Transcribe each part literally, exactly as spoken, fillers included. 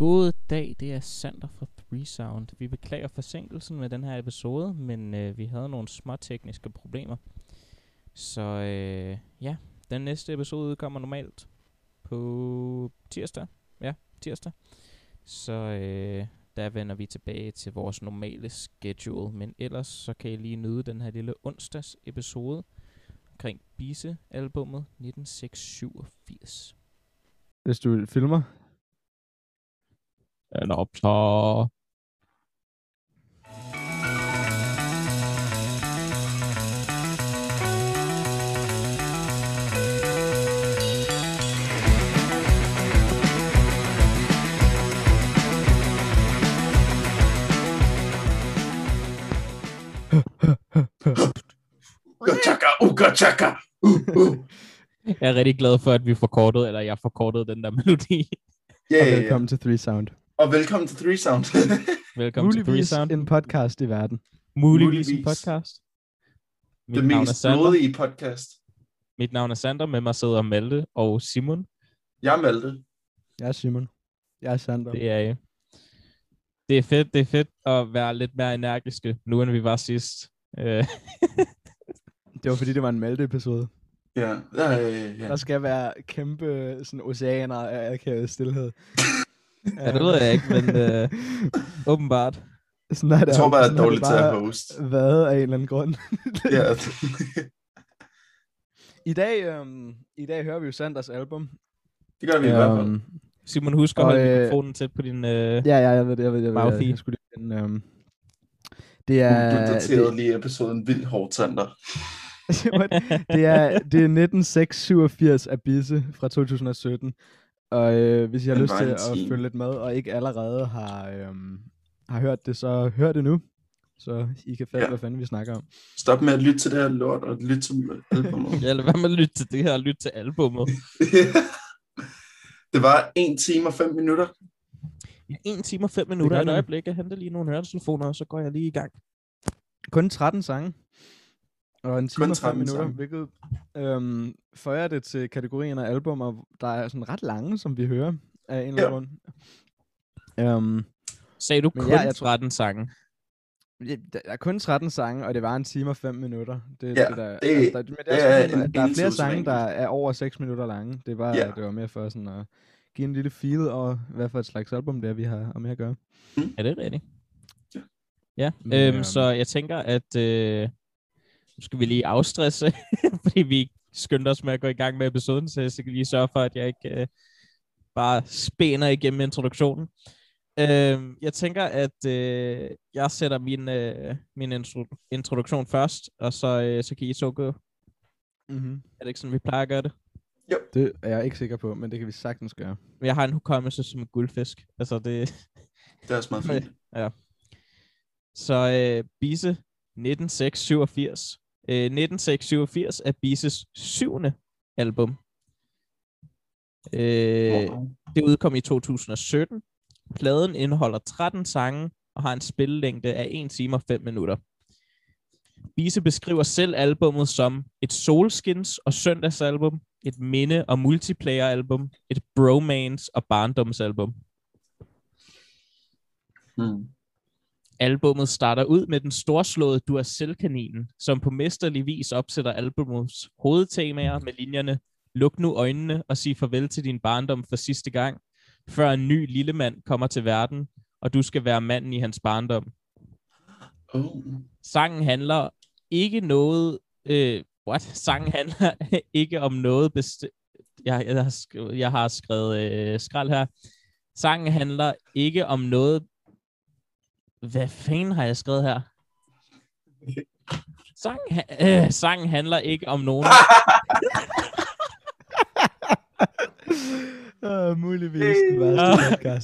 God dag, det er Sander fra Three Sound. Vi beklager forsinkelsen med den her episode, men øh, vi havde nogle små tekniske problemer. Så øh, ja, den næste episode kommer normalt på tirsdag. Ja, tirsdag. Så øh, der vender vi tilbage til vores normale schedule. Men ellers så kan I lige nyde den her lille onsdags episode omkring Bise-albummet nitten syvogfirs. Hvis du filmer. Eller optager. Ugachaka, ugachaka. Uh, uh. Jeg er rigtig glad for, at vi forkortede, eller jeg forkortede den der melodi. Yeah, og velkommen yeah. til Three Sound. Og velkommen til Three Sound. Velkommen til Three Sound. En podcast i verden. Muligvis, Muligvis. en podcast. Mit det mest blodige podcast. Mit navn er Sander, med mig sidder Malte og Simon. Jeg er Malte. Jeg er Simon. Jeg er Sander. Det er jeg. Det er fedt, det er fedt at være lidt mere energiske, nu end vi var sidst. Det var fordi, det var en Malte-episode. Ja, ja, ja, ja. Der skal være kæmpe sådan, oceaner af akavet stillhed. Ja, det ved jeg ikke, men øh, åbenbart. Sådan er det, jeg tror bare, jeg er dårligt til at host. Hvad af en eller anden grund. Ja. I dag, øhm, I dag hører vi jo Sanders album. Det gør vi i hvert fald. Simon, husk at holde mikrofonen tæt på din øh, Ja, ja, jeg ved det, jeg ved det. Jeg, ved, jeg, jeg skulle lige finde, øhm, det er... Du daterede lige episoden vildt hårdt, Sander. det er det er nitten syvogfirs af Bise fra to tusind og sytten. Og øh, hvis I har lyst til at følge lidt med, og ikke allerede har, øhm, har hørt det, så hør det nu. Så I kan fatte, ja. Hvad fanden vi snakker om. Stop med at lytte til det her lort, og lytte til albumet. Ja, lad være med at lytte til det her, og lytte til albumet. Det var en time og fem minutter. Ja, en time og fem minutter. Et øjeblik, jeg henter lige nogle høretelefoner, og så går jeg lige i gang. Kun tretten sange. Og en time og fem minutter, hvilket øhm, fører det til kategorien af albumer, der er sådan ret lange, som vi hører af en eller anden grund. Um, Sagde du kun ja, jeg tretten tror, sange? Ja, der er kun tretten sange, og det var en time og fem minutter. Det, ja, det der, det, altså, der, men det er, er, sådan, en, der er flere sange, der er over seks minutter lange. Det var, ja. det var mere for sådan at give en lille feel over, hvad for et slags album det er, vi har om at gøre. Mm. Er det rigtigt? Ja. ja men, øhm, øhm, så jeg tænker, at... Øh, nu skal vi lige afstresse, fordi vi skyndte os med at gå i gang med episoden, så jeg skal lige sørge for, at jeg ikke øh, bare spænder igennem introduktionen. Øh, jeg tænker, at øh, jeg sætter min, øh, min intro- introduktion først, og så, øh, så kan I så gå. Mm-hmm. Er det ikke sådan, vi plejer at gøre det? Jo. Det er jeg ikke sikker på, men det kan vi sagtens gøre. Jeg har en hukommelse som en guldfisk. Altså, det... det er også meget fint. Ja. Så øh, Bise nitten syvogfirs. Uh, nitten syvogfirs er Bises syvende album. Uh, wow. Det udkom i to tusind og sytten. Pladen indeholder tretten sange og har en spillelængde af en time og fem minutter. Bise beskriver selv albummet som et solskins- og søndagsalbum, et minde- og multiplayer-album, et bromance- og barndomsalbum. Hmm. Albummet starter ud med den storslåede Duracell-kaninen, som på mesterlig vis opsætter albumets hovedtemaer med linjerne "Luk nu øjnene og sig farvel til din barndom for sidste gang, før en ny lille mand kommer til verden, og du skal være manden i hans barndom." Oh. Sangen handler ikke noget... Øh, what? Sangen handler ikke om noget bestemt... Jeg, jeg, har skrevet, jeg har skrevet øh, skrald her. Sangen handler ikke om noget... Hvad fanden har jeg skrevet her? Sangen, ha- øh, sangen handler ikke om nogen... uh, muligvis den værste podcast.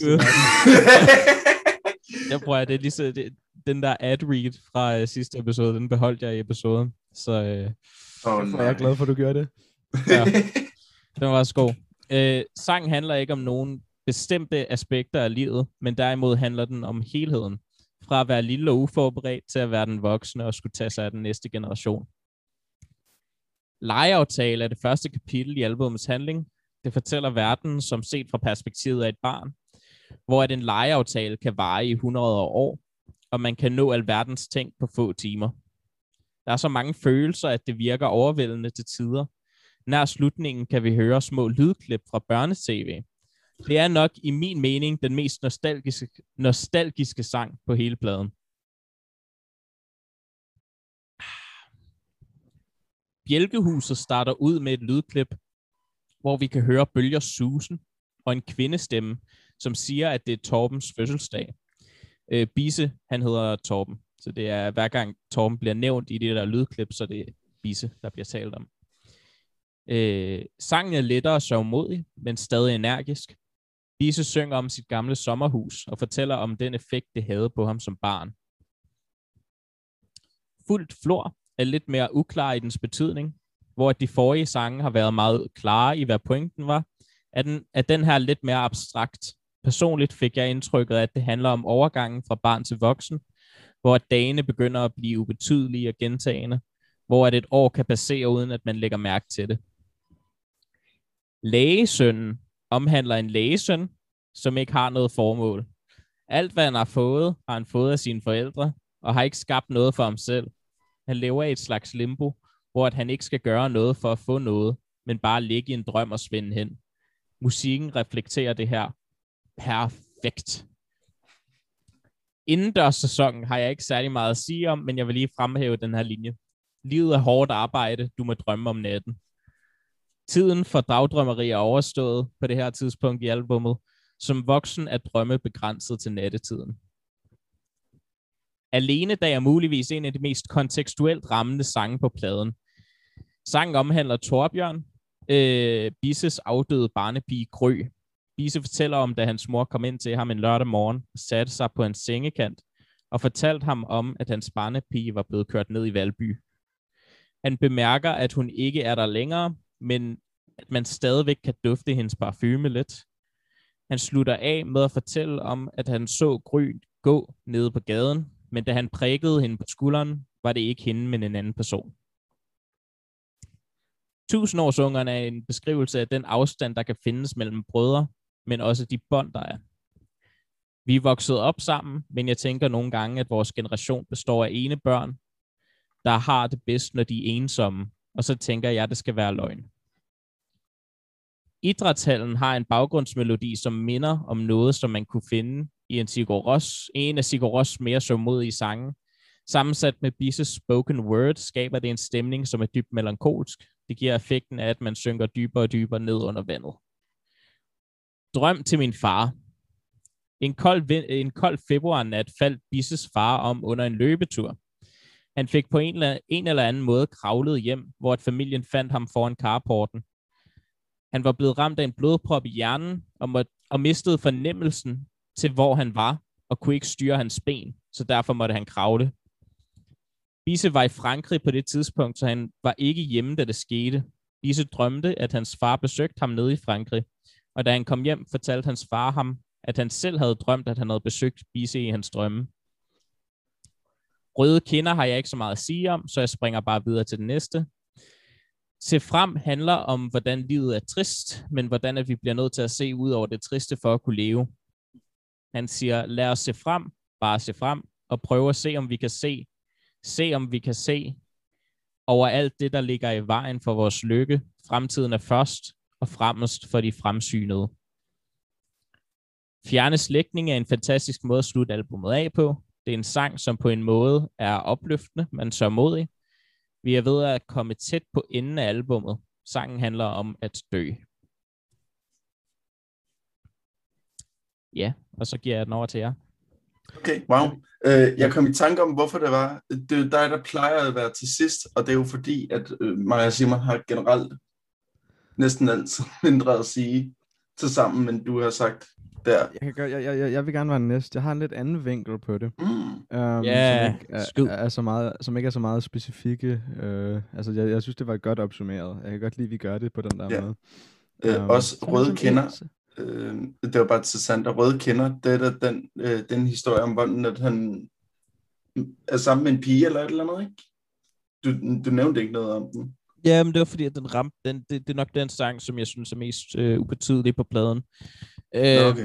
Jeg prøver, det er lige så... Det, den der ad-read fra øh, sidste episode, den beholdt jeg i episoden. Så øh, oh, jeg er glad for, at du gør det. Ja, den var også god. Øh, sangen handler ikke om nogen bestemte aspekter af livet, men derimod handler den om helheden. Fra at være lille og uforberedt til at være den voksne og skulle tage sig af den næste generation. Legeaftale er det første kapitel i albumets handling. Det fortæller verden som set fra perspektivet af et barn. hvor at en lejeaftale kan vare i hundrede år, og man kan nå alverdens ting på få timer. Der er så mange følelser, at det virker overvældende til tider. Nær slutningen kan vi høre små lydklip fra børnetv. Det er nok i min mening den mest nostalgiske, nostalgiske sang på hele pladen. Bjælkehuset starter ud med et lydklip, hvor vi kan høre bølger susen og en kvindestemme, som siger, at det er Torbens fødselsdag. Øh, Bisse, han hedder Torben, så det er hver gang Torben bliver nævnt i det der lydklip, så det er Bisse, der bliver talt om. Øh, sangen er lettere og sørgmodig, men stadig energisk. Bisse synger om sit gamle sommerhus og fortæller om den effekt, det havde på ham som barn. Fuldt flor er lidt mere uklar i dens betydning, hvor de forrige sange har været meget klare i, hvad pointen var, er den, er den her lidt mere abstrakt. Personligt fik jeg indtrykket af, at det handler om overgangen fra barn til voksen, hvor dagene begynder at blive ubetydelige og gentagende, hvor at et år kan passere, uden at man lægger mærke til det. Lægesønnen omhandler en lægesøn, som ikke har noget formål. Alt, hvad han har fået, har han fået af sine forældre, og har ikke skabt noget for ham selv. Han lever i et slags limbo, hvor at han ikke skal gøre noget for at få noget, men bare ligge i en drøm og svinde hen. Musikken reflekterer det her perfekt. Indendørssæsonen har jeg ikke særlig meget at sige om, men jeg vil lige fremhæve den her linje. Livet er hårdt arbejde, du må drømme om natten. Tiden for dagdrømmeri er overstået på det her tidspunkt i albummet. Som voksen er drømme begrænset til nattetiden. Alenedag er muligvis en af de mest kontekstuelt rammende sange på pladen. Sangen omhandler Torbjørn, øh, Bisses afdøde barnepige Grø. Bisse fortæller om, da hans mor kom ind til ham en lørdag morgen og satte sig på hans sengekant og fortalte ham om, at hans barnepige var blevet kørt ned i Valby. Han bemærker, at hun ikke er der længere, men at man stadigvæk kan dufte hendes parfume lidt. Han slutter af med at fortælle om, at han så Gry gå nede på gaden, men da han prikkede hende på skulderen, var det ikke hende, men en anden person. Tusindårsungerne er en beskrivelse af den afstand, der kan findes mellem brødre, men også de bånd, der er. Vi er vokset op sammen, men jeg tænker nogle gange, at vores generation består af ene børn, der har det bedst, når de er ensomme, og så tænker jeg, at det skal være løgn. Idrætshallen har en baggrundsmelodi, som minder om noget, som man kunne finde i en, Sigur Rós, en af Sigur Rós mere sørgmodige sange. Sammensat med Bisses spoken word skaber det en stemning, som er dybt melankolsk. Det giver effekten af, at man synker dybere og dybere ned under vandet. Drøm til min far. En kold, en kold februarnat faldt Bisses far om under en løbetur. Han fik på en eller, en eller anden måde kravlet hjem, hvor at familien fandt ham foran carporten. Han var blevet ramt af en blodprop i hjernen og, måtte, og mistede fornemmelsen til, hvor han var, og kunne ikke styre hans ben, så derfor måtte han kravle. Bisse var i Frankrig på det tidspunkt, så han var ikke hjemme, da det skete. Bisse drømte, at hans far besøgte ham nede i Frankrig, og da han kom hjem, fortalte hans far ham, at han selv havde drømt, at han havde besøgt Bisse i hans drømme. Røde kinder har jeg ikke så meget at sige om, så jeg springer bare videre til den næste. Se frem handler om, hvordan livet er trist, men hvordan at vi bliver nødt til at se ud over det triste for at kunne leve. Han siger, lad os se frem, bare se frem, og prøve at se, om vi kan se. Se, om vi kan se over alt det, der ligger i vejen for vores lykke. Fremtiden er først og fremmest for de fremsynede. Fjerne slægtning er en fantastisk måde at slutte albumet af på. Det er en sang, som på en måde er opløftende, men sørgmodig. Vi er ved at komme tæt på enden af albummet. Sangen handler om at dø. Ja, og så giver jeg den over til jer. Okay, wow. Uh, jeg kom i tanke om, hvorfor det var. Det er dig, der plejer at være til sidst, og det er jo fordi, at uh, mig og Simon har generelt næsten altid mindre at sige til sammen, men du har sagt der. Jeg, kan gøre, jeg, jeg, jeg vil gerne være næst. Jeg har en lidt anden vinkel på det. Mm. Um, yeah, som, ikke er, er så meget, som ikke er så meget specifikke. Uh, altså, jeg, jeg synes, det var godt opsummeret. Jeg kan godt lide, at vi gør det på den der yeah. måde. Uh, um, også røde kinder. Uh, det var bare interessant, at røde kinder, det er den, uh, den historie om, hvordan at han er sammen med en pige eller et eller andet, ikke? Du, du nævnte ikke noget om den. Ja, men det var fordi, at den ramte, den, det, det er nok den sang, som jeg synes er mest øh, ubetydelig på pladen. Øh, okay.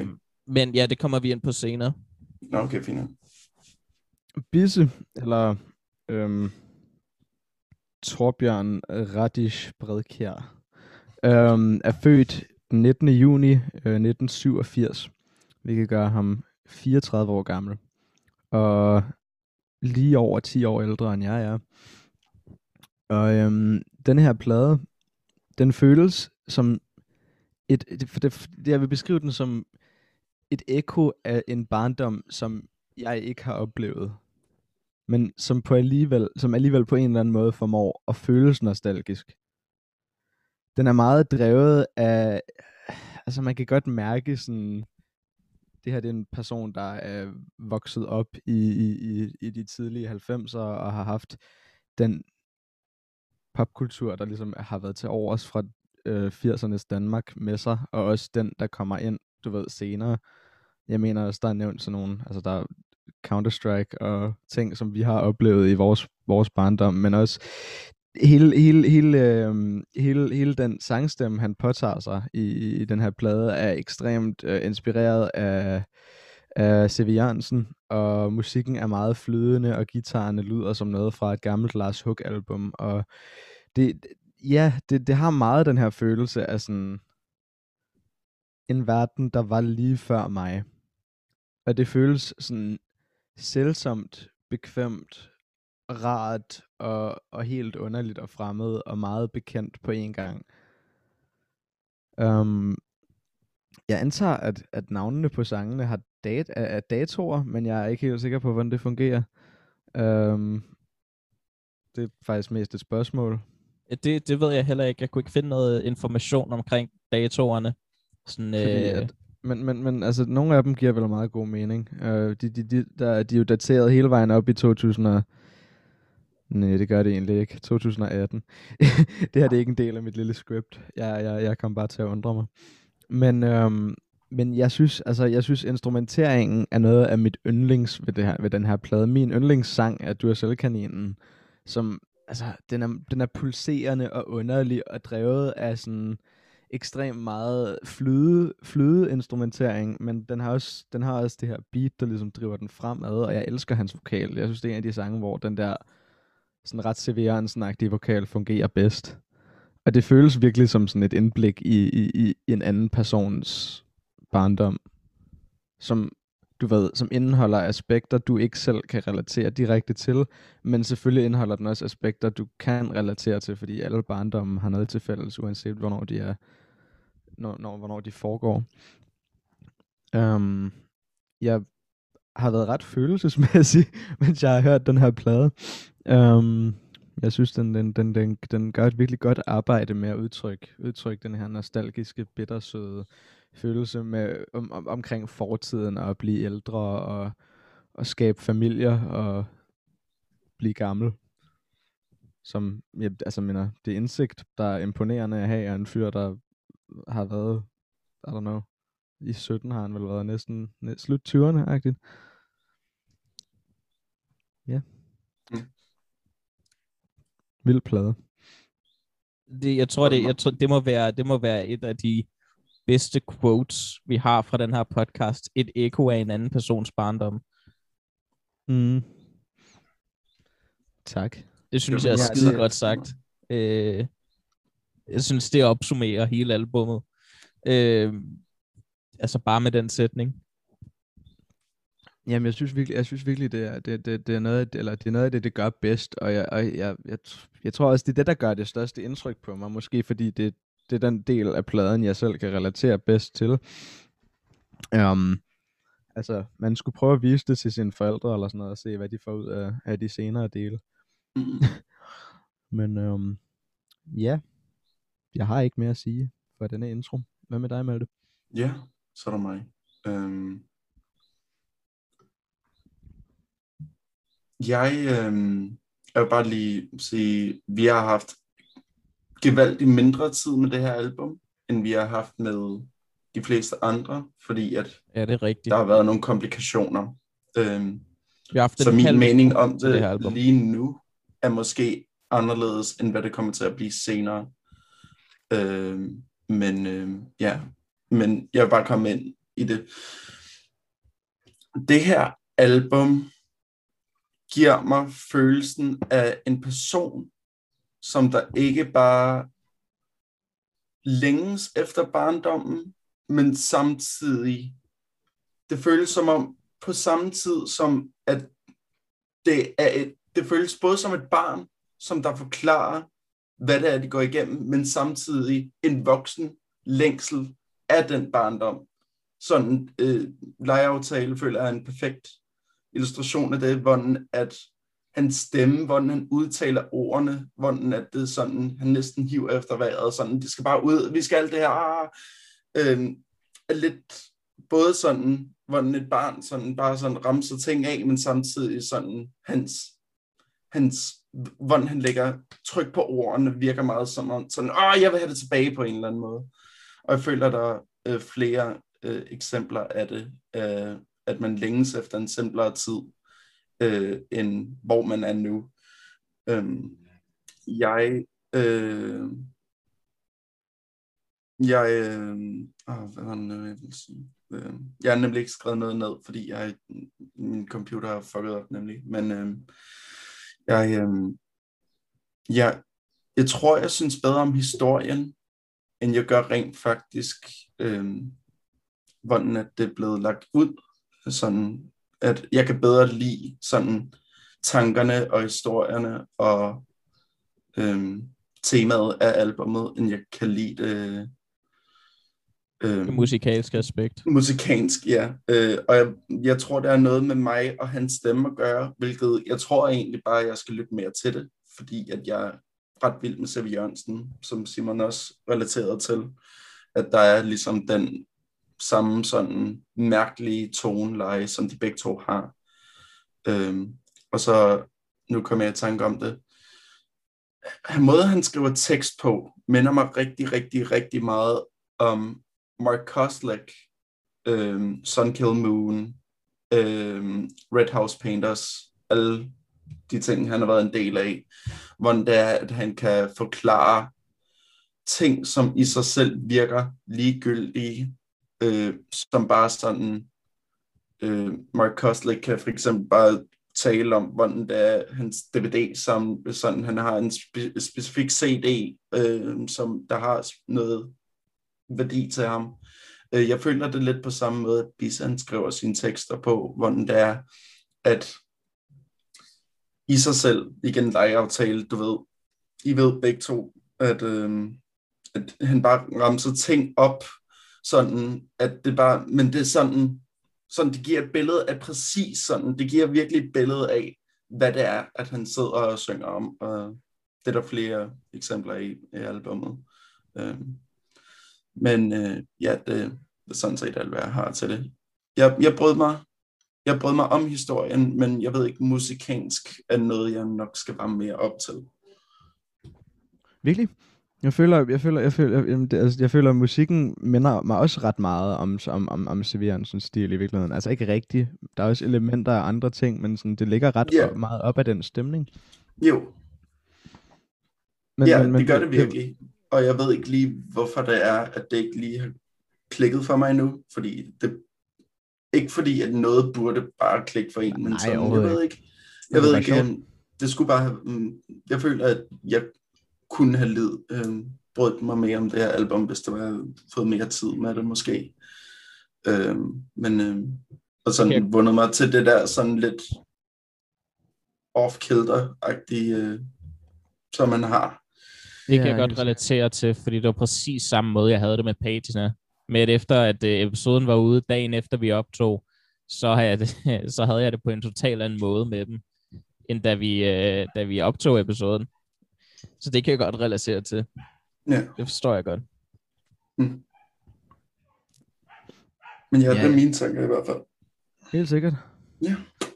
Men ja, det kommer vi ind på senere. Okay, fint. Bisse, eller øhm, Torbjørn Radish Bredkjær, øhm, er født den nittende juni øh, nitten syvogfirs, hvilket gør ham fireogtredive år gammel, og lige over ti år ældre end jeg er. Og øhm, den her plade, den føles som et, et for det, jeg vil beskrive den som et ekko af en barndom, som jeg ikke har oplevet, men som på alligevel, som alligevel på en eller anden måde formår at føles nostalgisk. Den er meget drevet af, altså man kan godt mærke sådan, det her det er en person, der er vokset op i, i, i, i de tidlige halvfemser og har haft den popkultur, der ligesom har været til overs fra øh, firsernes Danmark med sig, og også den, der kommer ind, du ved, senere. Jeg mener også, der er nævnt sådan nogle, altså der er Counter-Strike og ting, som vi har oplevet i vores, vores barndom, men også hele, hele, hele, øh, hele, hele den sangstemme, han påtager sig i, i den her plade, er ekstremt øh, inspireret af, af C V Jørgensen, og musikken er meget flydende, og guitarerne lyder som noget fra et gammelt Lars Hug-album, og det, ja, det, det har meget den her følelse af sådan en verden, der var lige før mig. Og det føles sådan selvsomt, bekvemt, rart og, og helt underligt og fremmed og meget bekendt på en gang. Um, jeg antager, at, at navnene på sangene har dat- er datoer, men jeg er ikke helt sikker på, hvordan det fungerer. Um, det er faktisk mest et spørgsmål. Det, det ved jeg heller ikke. Jeg kunne ikke finde noget information omkring datoerne. Sådan, Fordi øh... at, men, men, men altså, nogle af dem giver vel meget god mening. Uh, de, de, de, der, de er jo dateret hele vejen op i to tusind og... Nej, det gør det egentlig ikke. to tusind og atten. Det her det er ikke en del af mit lille script. Jeg, jeg, jeg kom bare til at undre mig. Men, øhm, men jeg synes, altså, jeg synes instrumenteringen er noget af mit yndlings ved, det her, ved den her plade. Min yndlingssang er Duracell-kaninen, som, altså, den er, den er pulserende og underlig og drevet af sådan ekstremt meget flyde, flyde instrumentering, men den har, også, den har også det her beat, der ligesom driver den fremad, og jeg elsker hans vokal. Jeg synes, det er en af de sange, hvor den der sådan ret C V Jørgensen-agtige vokal fungerer bedst. Og det føles virkelig som sådan et indblik i, i, i en anden persons barndom, som du ved, som indeholder aspekter, du ikke selv kan relatere direkte til, men selvfølgelig indeholder den også aspekter, du kan relatere til, fordi alle barndommen har noget til fælles, uanset hvornår de er, når, når, hvornår de foregår. Um, jeg har været ret følelsesmæssig, mens jeg har hørt den her plade. Um, jeg synes, den, den, den, den, den gør et virkelig godt arbejde med at udtrykke, udtrykke den her nostalgiske, bittersøde følelse med, om, om, omkring fortiden og at blive ældre og, og skabe familier og blive gammel. Som, ja, altså mener, det indsigt, der er imponerende at have, er en fyr, der har været, I don't know, i sytten har han vel været næsten næ- slut tyverne-agtigt. Ja. Mm. Vild plade. Det, jeg tror, det, jeg tror det, må være, det må være et af de bedste quotes, vi har fra den her podcast. Et ekko af en anden persons barndom. Mm. Tak. Det synes jeg er skide godt sagt. Øh, jeg synes, det opsummerer hele albummet. Øh, altså bare med den sætning. Jamen, jeg synes virkelig, jeg synes virkelig det er det, det, det er noget, eller det er noget af det, det gør bedst, og jeg, og jeg, jeg, jeg tror også, det er det, der gør det største indtryk på mig, måske fordi det, det er den del af pladen, jeg selv kan relatere bedst til. Um, altså, man skulle prøve at vise det til sine forældre, eller sådan noget, og se, hvad de får ud af, af de senere dele. Men um, ja, jeg har ikke mere at sige for denne intro. Hvad med dig, Malte? Ja, så er der mig. Um... Jeg, øh, jeg vil bare lige sige, vi har haft gevaldigt mindre tid med det her album, end vi har haft med de fleste andre, fordi at ja, det er rigtigt. Der har været nogle komplikationer. Øh, vi har haft så min mening om det, det lige nu er måske anderledes, end hvad det kommer til at blive senere. Øh, men øh, ja, men jeg vil bare komme ind i det. Det her album giver mig følelsen af en person, som der ikke bare længes efter barndommen, men samtidig, det føles som om, på samme tid som, at det er et, det føles både som et barn, som der forklarer, hvad det er, de går igennem, men samtidig en voksen længsel af den barndom. Sådan øh, legeaftale føler jeg er en perfekt illustration af det, hvordan at hans stemme, hvordan han udtaler ordene, hvordan at det er sådan, han næsten hiver efter vejret, sådan, det skal bare ud, vi skal alt det her, ah, øh, er lidt, både sådan, hvordan et barn sådan, bare sådan ramser ting af, men samtidig sådan, hans, hans, hvordan han lægger tryk på ordene, virker meget som om, sådan, åh, jeg vil have det tilbage på en eller anden måde. Og jeg føler, der er øh, flere øh, eksempler af det, øh, at man længes efter en simplere tid, øh, end hvor man er nu. Øhm, jeg, øh, jeg, øh, åh, hvad var det nu, jeg vil sige? Øh, jeg har nemlig ikke skrevet noget ned, fordi jeg, min computer har fucket op nemlig, men øh, jeg, øh, jeg, jeg tror, jeg synes bedre om historien, end jeg gør rent faktisk, øh, hvordan at det er blevet lagt ud, sådan at jeg kan bedre lide sådan tankerne og historierne og øh, temaet af albummet, end jeg kan lide det, øh, det musikalske aspekt. Musikalsk, ja. Øh, og jeg, jeg tror, der er noget med mig og hans stemme at gøre, hvilket jeg tror egentlig bare, at jeg skal lytte mere til det, fordi at jeg er ret vild med Sevi Jørgensen, som Simon også relateret til, at der er ligesom den samme sådan mærkelige toneleje, som de begge to har. Øhm, og så, nu kommer jeg i tanke om det, måden han skriver tekst på, minder mig rigtig, rigtig, rigtig meget om Mark Kozelek, øhm, Sun Kil Moon, øhm, Red House Painters, alle de ting, han har været en del af, hvordan det er, at han kan forklare ting, som i sig selv virker ligegyldige, øh, som bare sådan, øh, Mark Kozelek kan for eksempel bare tale om, hvordan det er hans D V D, som sådan, han har en spe- specifik C D, øh, som der har noget værdi til ham. Øh, jeg føler det lidt på samme måde, at Bisse skriver sine tekster på, hvordan det er, at i sig selv, igen legeaftale, du ved, I ved begge to, at, øh, at han bare ramser ting op, sådan, at det bare, men det er sådan, sådan, det giver et billede af præcis sådan, det giver virkelig et billede af, hvad det er, at han sidder og synger om, og det er der flere eksempler i, i albummet. Øh, men øh, ja, det, det er sådan set alt, hvad jeg har til det. Jeg, jeg brød mig Jeg brød mig om historien, men jeg ved ikke, musikalsk er noget, jeg nok skal være mere op til. Virkelig? Jeg føler, jeg føler, jeg føler, jeg, det, altså, jeg føler, at musikken minder mig også ret meget om, om, om, om Sevi Jørgensens stil i virkeligheden. Altså ikke rigtigt. Der er også elementer af andre ting, men sådan, det ligger ret yeah. op, meget op af den stemning. Jo. Men, ja, men, men, det gør det virkelig. Og jeg ved ikke lige, hvorfor det er, at det ikke lige har klikket for mig endnu. Fordi det Ikke fordi, at noget burde bare klikke for en, men sådan, jeg ved ikke. Jeg ved ikke, um, det skulle bare have, um, jeg føler, at jeg kunne have lid, um, brødt mig mere om det her album, hvis det var fået mere tid med det, måske. Um, men, um, og sådan okay. vundet mig til det der sådan lidt off-kilter-agtige, uh, som man har. Det kan ja, jeg godt relatere til, fordi det var præcis samme måde, jeg havde det med Patina. Med efter at øh, episoden var ude, dagen efter vi optog, så havde, jeg det, så havde jeg det på en total anden måde med dem, end da vi, øh, da vi optog episoden. Så det kan jeg godt relatere til. Ja. Det forstår jeg godt. Mm. Men ja, det er mine tanker i hvert fald. Helt sikkert. Ja.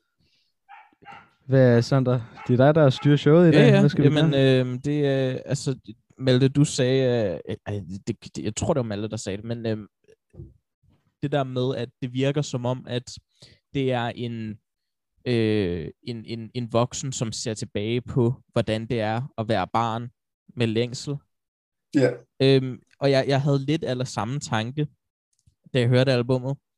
Hvad, Sander? Det er dig, der styrer showet i dag. Ja, ja. Hvad skal Jamen, vi øh, det er, øh, altså, Malte, du sagde, øh, øh, det, det, jeg tror, det var Malte, der sagde det, men øh, det der med, at det virker som om, at det er en, øh, en, en, en voksen, som ser tilbage på, hvordan det er at være barn med længsel. Ja. Øhm, og jeg, jeg havde lidt eller samme tanke, da jeg hørte albummet.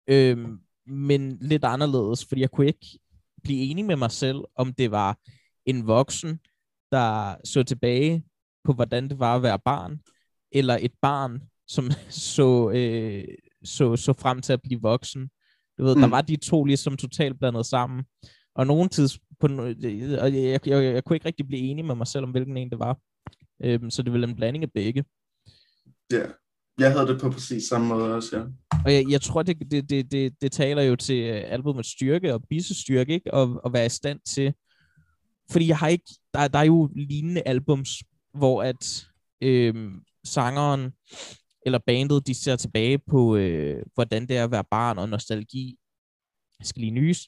Øhm, men lidt anderledes, fordi jeg kunne ikke blive enig med mig selv, om det var en voksen, der så tilbage på, hvordan det var at være barn, eller et barn, som så, øh, så, så frem til at blive voksen. Du ved, mm. der var de to ligesom totalt blandet sammen. Og nogen tids, på, og jeg, jeg, jeg, jeg kunne ikke rigtig blive enig med mig selv om, hvilken en det var. Øhm, så det var en blanding af begge. Ja, yeah. Jeg havde det på præcis samme måde også, ja. Og jeg, jeg tror, det, det, det, det, det taler jo til albumets styrke og Bisses styrke, ikke? Og, og være i stand til. Fordi jeg har ikke, der, der er jo lignende albums, hvor at øhm, sangeren eller bandet, de ser tilbage på, øh, hvordan det er at være barn og nostalgi. Jeg skal lige nys.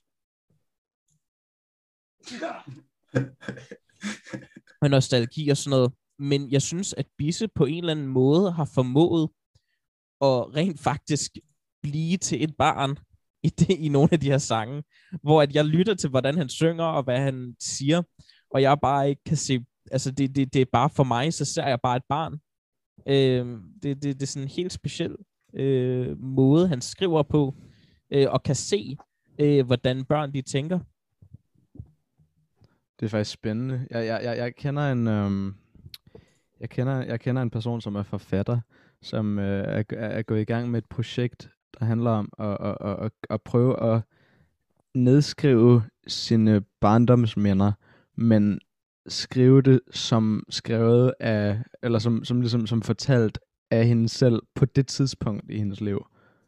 Og nostalgi og sådan noget. Men jeg synes, at Bisse på en eller anden måde har formået at rent faktisk blive til et barn i, det, i nogle af de her sange, hvor at jeg lytter til, hvordan han synger og hvad han siger, og jeg bare ikke kan se, altså det, det, det er bare for mig, så ser jeg bare et barn. Øh, det, det, det er sådan en helt speciel øh, måde, han skriver på, øh, og kan se, øh, hvordan børn de tænker. Det er faktisk spændende. Jeg, jeg, jeg, jeg kender en øhm, jeg kender jeg kender en person, som er forfatter, som øh, er, er gået i gang med et projekt, der handler om at, at, at, at, at prøve at nedskrive sine barndomsminder, men skrive det som skrevet af, eller som, som, ligesom, som fortalt af hende selv på det tidspunkt i hendes liv.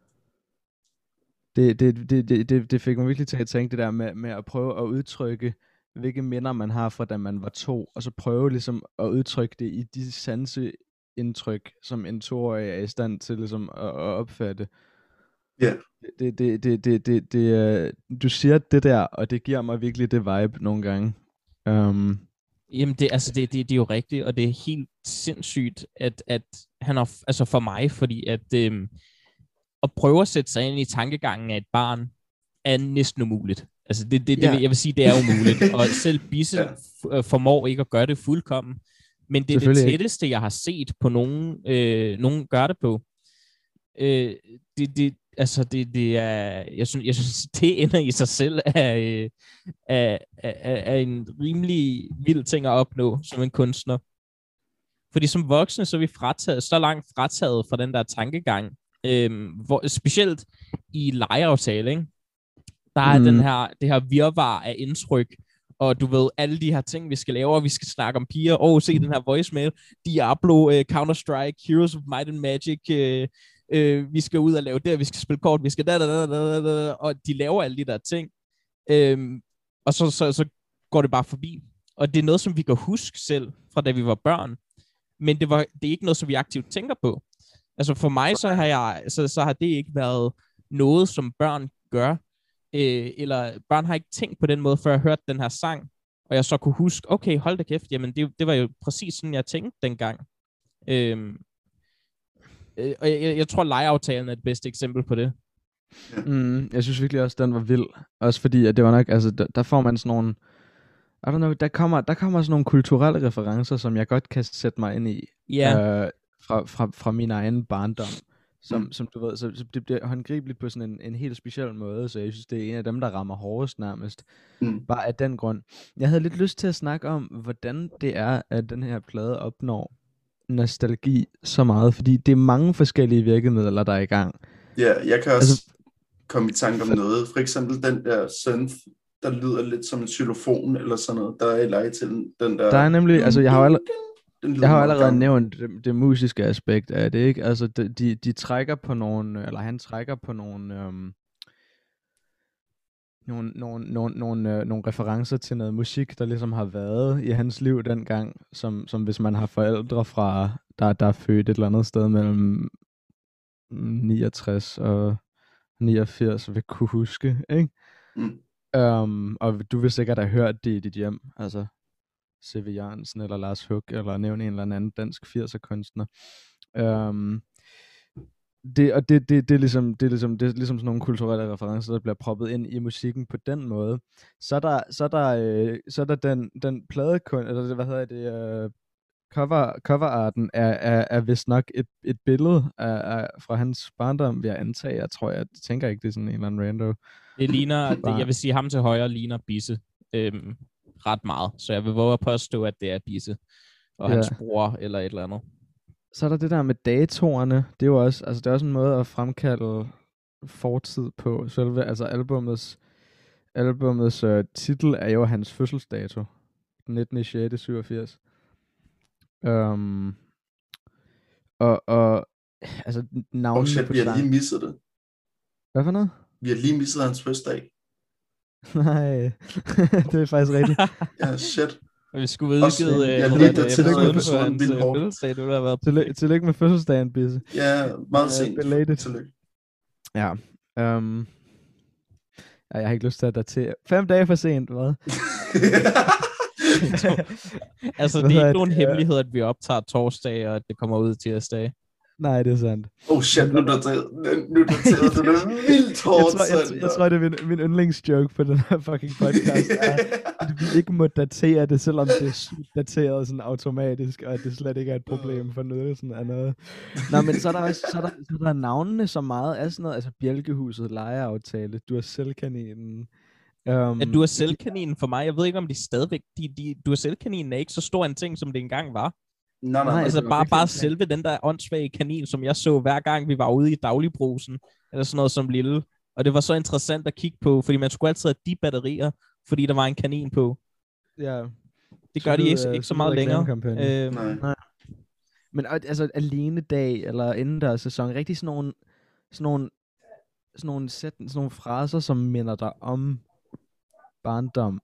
Det, det, det, det, det, det fik mig virkelig til at tænke det der med, med at prøve at udtrykke, hvilke minder man har fra da man var to, og så prøve ligesom at udtrykke det i de sanseindtryk, som en toårig er i stand til ligesom at, at opfatte. Ja. Yeah. Det, det, det, det, det, det, du siger det der, og det giver mig virkelig det vibe nogle gange. Um, Jamen, det, altså det, det, det er jo rigtigt, og det er helt sindssygt, at, at han har, altså for mig, fordi at øhm, at prøve at sætte sig ind i tankegangen af et barn, er næsten umuligt. Altså det, det, det ja. Jeg vil sige, det er umuligt, og selv Bisse ja. f- formår ikke at gøre det fuldkommen, men det er det tætteste, jeg har set på nogen, øh, nogen gør det på. Øh, det, det, altså det, det er, jeg synes, jeg synes, det ender i sig selv af, af, af, af en rimelig vild ting at opnå som en kunstner. Fordi som voksne, så er vi frataget, så langt frataget fra den der tankegang. Øhm, hvor, specielt i legeaftale, ikke? Der er mm. den her, det her virvar af indtryk, og du ved, alle de her ting, vi skal lave, og vi skal snakke om piger, og oh, se den her voicemail, Diablo, uh, Counter-Strike, Heroes of Might and Magic, uh, uh, vi skal ud og lave det, vi skal spille kort, vi skal da, da, da, da, da, og de laver alle de der ting, um, og så, så, så går det bare forbi. Og det er noget, som vi kan huske selv, fra da vi var børn, men det, var, det er ikke noget, som vi aktivt tænker på. Altså for mig, så har, jeg, så, så har det ikke været noget, som børn gør, øh, eller børn har ikke tænkt på den måde, før jeg hørte den her sang, og jeg så kunne huske, okay, hold da kæft, jamen det, det var jo præcis sådan, jeg tænkte dengang. Øhm, øh, og jeg, jeg tror, legeaftalen er det bedste eksempel på det. Mm, jeg synes virkelig også, den var vild. Også fordi, at det var nok, altså, der, der får man sådan nogle, I don't know, der kommer, der kommer sådan nogle kulturelle referencer, som jeg godt kan sætte mig ind i. Ja. Øh, fra, fra, fra min egen barndom. Som, mm. som du ved, så, så det bliver håndgribeligt på sådan en, en helt speciel måde, så jeg synes, det er en af dem, der rammer hårdest nærmest. Mm. Bare af den grund. Jeg havde lidt lyst til at snakke om, hvordan det er, at den her plade opnår nostalgi så meget, fordi det er mange forskellige virkemidler, der er i gang. Ja, jeg kan også altså, komme i tanke om noget. For eksempel den der synth, der lyder lidt som en xylofon, eller sådan noget, der er i leje til den der... Der er nemlig, altså jeg har allerede... Jeg har allerede gang. nævnt det, det musiske aspekt af det, ikke? Altså, de, de, de trækker på nogle, eller han trækker på nogle, øhm, nogle, nogle, nogle, nogle, øh, nogle referencer til noget musik, der ligesom har været i hans liv dengang, som, som hvis man har forældre fra, der, der er født et eller andet sted mellem niogtres og niogfirs, vil kunne huske, ikke? Mm. Um, og du vil sikkert have hørt det i dit hjem, altså C V Jørgensen eller Lars Hug, eller nævne en eller anden dansk firser kunstner. Um, det, og det, det, det, er ligesom, det, er ligesom, det er ligesom sådan nogle kulturelle referencer, der bliver proppet ind i musikken på den måde. Så er der, så er der, øh, så er der den, den pladekunst, eller hvad hedder det, øh, cover, coverarten er, er, er vist nok et, et billede af, af, fra hans barndom, vil jeg antage. Jeg tror, jeg tænker ikke, det er sådan en eller anden rando. Det ligner, det, jeg vil sige, ham til højre ligner Bisse øhm, ret meget. Så jeg vil våge at påstå, at det er Bisse og Ja. hans bror eller et eller andet. Så er der det der med datorerne. Det er jo også, altså det er også en måde at fremkalde fortid på. Selve, altså albumets, albumets uh, titel er jo hans fødselsdato. nittende sjette syvogfirs. Um, og, og altså navnene Oh shit, på vi har sang- lige misset det. Hvad for noget? Vi har lige misset hans fødselsdag. Nej, det er faktisk rigtigt. Ja, shit. Vi skulle Også, udgive øh, øh, jeg hvad lige hedder det, dateret episoden episoden for hans vildt øh, hårdt. fødselsdag. Det ville have været Tilly- tillykke med fødselsdagen, Bisse. Ja, meget Uh, sent. belated. Tillykke. Ja. Um, ja, jeg har ikke lyst til at datere. Fem dage for sent, hvad? Altså, Hvad det er hedder ikke nogen det? hemmelighed, at vi optager torsdag, og at det kommer ud tirsdag. Nej, det er sandt. Oh shit, nu daterede nu daterede du det vildt Jeg hårdt. tror, jeg, jeg, jeg tror, det er min, min yndlingsjoke på den her fucking podcast, er, at vi ikke må datere det, selvom det er sygt dateret sådan automatisk, og at det slet ikke er et problem for nydelsen af noget. Nå, men så er der også så er der, så er der navnene så meget af sådan noget, altså Bjælkehuset, lejeaftale, du er selvkaninen. Um, At du er selvkaninen for mig, jeg ved ikke, om de stadigvæk, de, de, du er selvkaninen er ikke så stor en ting, som det engang var. Nej, nej, Nej, Altså det var bare, virkelig bare en ting. selve den der åndssvage kanin, som jeg så hver gang vi var ude i dagligbrusen, eller sådan noget som lille. Og det var så interessant at kigge på, fordi man skulle altid have de batterier, fordi der var en kanin på. Ja. Det gør de Solid, ikke, øh, ikke så solid meget længere. reklamekampagne. Øhm, nej. Nej. Men al- altså alene dag eller indendørs sæson, rigtig sådan nogle, sådan nogle, sådan nogle, sæt, sådan nogle fraser, som minder dig om barndom.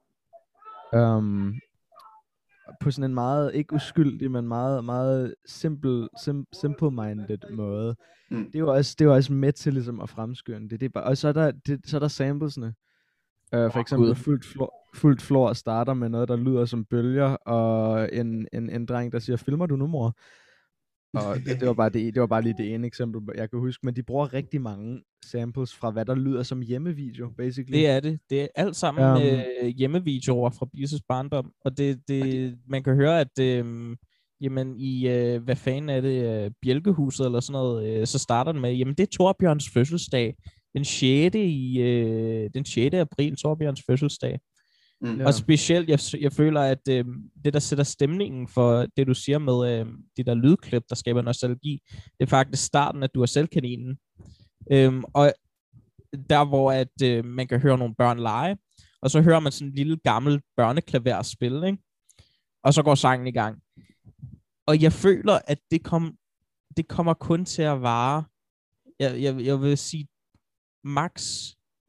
Um, på sådan en meget, ikke uskyldig, men meget, meget simple, sim, simple-minded måde. Mm. Det er jo også, det er jo også med til ligesom at fremskynde det. det er bare, og så er der, det, så er der samplesne. Uh, for eksempel Gud. fuldt flor, fuldt flor starter med noget, der lyder som bølger, og en, en, en dreng, der siger, filmer du nu, mor? Og det, det, var bare det, det var bare lige det ene eksempel, jeg kan huske. Men de bruger rigtig mange samples fra, hvad der lyder som hjemmevideo, basically. Det er det. Det er alt sammen Um, um, øh, hjemmevideoer fra Bisses barndom. Og det, det, Og det- man kan høre, at øh, jamen, i, øh, hvad fanden er det, øh, Bjælkehuset eller sådan noget, øh, så starter den med, jamen det er Torbjørns fødselsdag. Den sjette i øh, den sjette april, Torbjørns fødselsdag. Mm. Ja. Og specielt, jeg, jeg føler, at øh, det, der sætter stemningen for det, du siger med øh, de der lydklip, der skaber nostalgi, det er faktisk starten, at du er selvkaninen. Øhm, og der, hvor at, øh, man kan høre nogle børn lege, og så hører man sådan en lille gammel børneklaver spille, ikke? Og så går sangen i gang. Og jeg føler, at det, kom, det kommer kun til at vare, jeg, jeg, jeg vil sige, max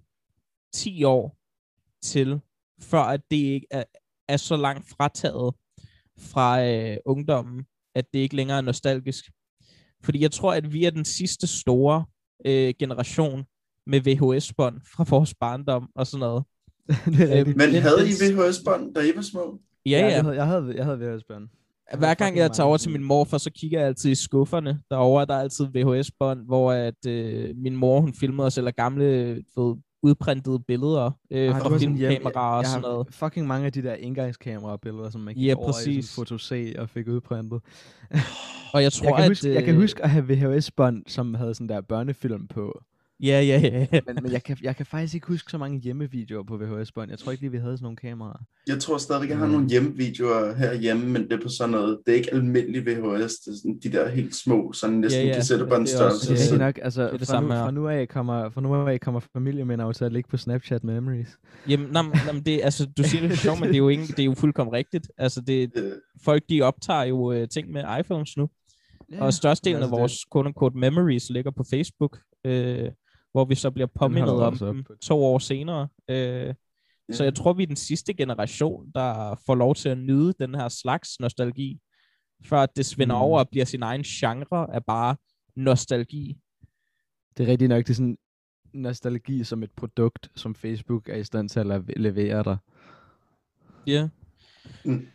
ti år til, før at det ikke er, er så langt frataget fra øh, ungdommen, at det ikke længere er nostalgisk. Fordi jeg tror, at vi er den sidste store øh, generation med V H S-bånd fra vores barndom og sådan noget. det er rigtigt. Men Den- havde den- I V H S-bånd, da I var små? Ja, Jeg ja. havde, jeg havde, jeg havde V H S-bånd. Hver gang fucking jeg tager mange over til sådan- min morfar, så kigger jeg altid i skufferne. Derovre der er altid V H S-bånd, hvor at, øh, min mor hun filmede os, eller gamle ved, udprintede billeder øh, Ej, det fra var sådan, jeg- filmkameraer og jeg sådan har noget. fucking mange af de der engangskamera-billeder, som man gik Ja, over i præcis. sådan Foto C og fik udprintet. Og jeg tror, Jeg kan, at... huske, jeg kan øh, huske at have V H S-bånd, som havde sådan der børnefilm på. Ja, ja, ja. Men, men jeg, kan, jeg kan faktisk ikke huske så mange hjemmevideoer på V H S-bånd. Jeg tror ikke lige, vi havde sådan nogle kameraer. Jeg tror stadig, jeg har Mm. nogle hjemmevideoer herhjemme, men det er på sådan noget. Det er ikke almindelig V H S, det er sådan de der helt små, sådan næsten Ja, ja. kassettebåndstørrelse. Det er Det er også- rigtigt nok, altså det er det fra, samme nu, her. fra, nu af kommer, fra nu af kommer familieminder jo til at ligge på Snapchat Memories. Jamen, nam, nam, det, altså, du siger det for sjovt, men det er jo, ikke, det er jo fuldkommen rigtigt. Altså, det, Øh, folk de optager jo øh, ting med iPhones nu. Ja, og størstedelen altså af vores quote-unquote memories ligger på Facebook, øh, hvor vi så bliver påmindet holder om også op dem på et- to år senere. Øh, Så jeg tror, vi er den sidste generation, der får lov til at nyde den her slags nostalgi, før at det svinder Mm. mm. over og bliver sin egen genre af bare nostalgi. Det er rigtigt nok, det er sådan nostalgi som et produkt, som Facebook er i stand til at la- levere dig. Ja. Yeah. mm.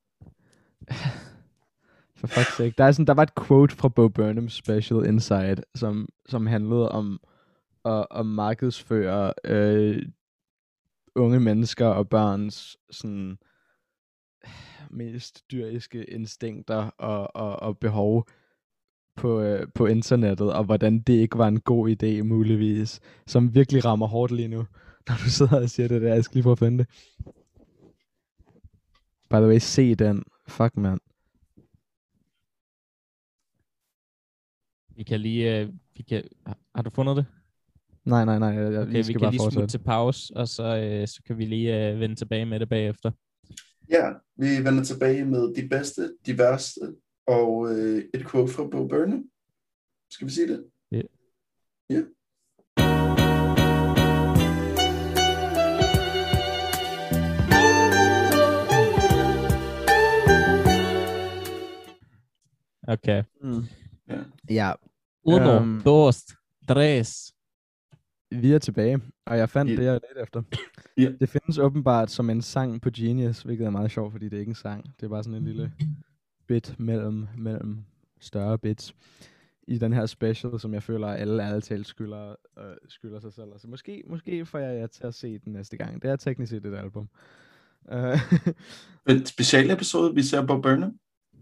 For fuck's sake. Der, er sådan, der var et quote fra Bo Burnhams Special Inside, som, som handlede om at, at markedsføre øh, unge mennesker og børns sådan mest dyriske instinkter og, og, og behov på, øh, på internettet, og hvordan det ikke var en god idé muligvis, som virkelig rammer hårdt lige nu, når du sidder og siger det der. Jeg skal lige prøve at finde det. By the way, se den. Fuck, man. Vi kan lige... Øh, vi kan, har, har du fundet det? Nej, nej, nej. Jeg, okay, jeg vi skal kan bare lige fortsætte. smutte til pause, og så, øh, så kan vi lige øh, vende tilbage med det bagefter. Ja, vi vender tilbage med de bedste, de værste, og øh, et quote fra Bo Burnham. Skal vi sige det? Ja. Ja. Okay. Mm. Ja. Ja. Uno, Um, dos, tres. Vi er tilbage, og jeg fandt Yeah. det, jeg lidt efter. Yeah. Det findes åbenbart som en sang på Genius, hvilket er meget sjovt, fordi det er ikke en sang. Det er bare sådan en lille bit mellem, mellem større bits i den her special, som jeg føler, at alle ærligt talt skylder, øh, skylder sig selv. Altså måske, måske får jeg jer til at se den næste gang. Det er teknisk set et album. Uh, Et specialepisode, vi ser Bo Burnham.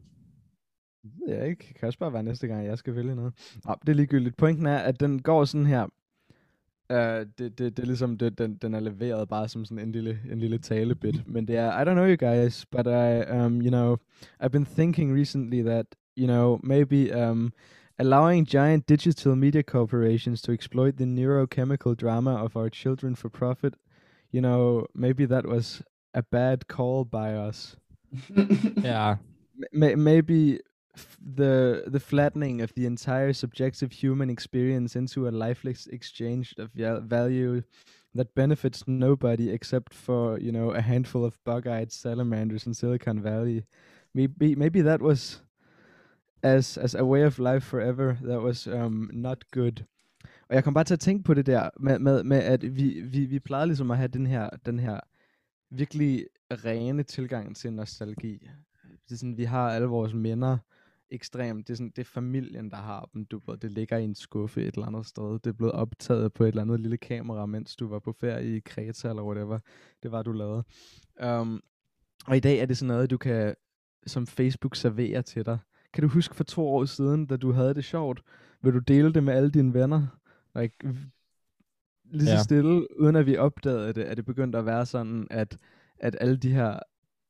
Det ved jeg ikke. Det kan også bare være næste gang, jeg skal vælge noget. Nå, det er ligegyldigt. Pointen er, at den går sådan her. Uh, det, det, det er ligesom, det, den, den er leveret bare som sådan en lille, en lille talebit. Men det er, I don't know you guys, but I, um, you know, I've been thinking recently that, you know, maybe um, allowing giant digital media corporations to exploit the neurochemical drama of our children for profit, you know, maybe that was a bad call by us. Ja. M- maybe f- the the flattening of the entire subjective human experience into a lifeless exchange of val- value that benefits nobody except for, you know, a handful of bug-eyed salamanders in Silicon Valley. Maybe maybe that was as as a way of life forever. That was um not good. Og jeg kom bare til at tænke på det der med med, med at vi vi vi plejede ligesom at have den her den her virkelig rene tilgang til nostalgi. Det er sådan, vi har alle vores minder ekstremt. Det er sådan, det er familien, der har dem. Du ved, det ligger i en skuffe et eller andet sted. Det er blevet optaget på et eller andet lille kamera, mens du var på ferie i Kreta eller whatever. Det var, du lavede. Um, og i dag er det sådan noget, du kan som Facebook servere til dig. Kan du huske for to år siden, da du havde det sjovt? Vil du dele det med alle dine venner? Like, lige så Ja. stille, uden at vi opdagede det, er det begyndt at være sådan, at, at alle de her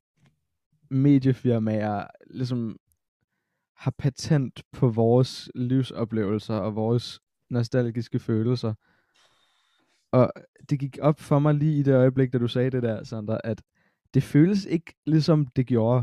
mediefirmaer ligesom har patent på vores livsoplevelser og vores nostalgiske følelser. Og det gik op for mig lige i det øjeblik, da du sagde det der, Sander, at det føles ikke ligesom det gjorde.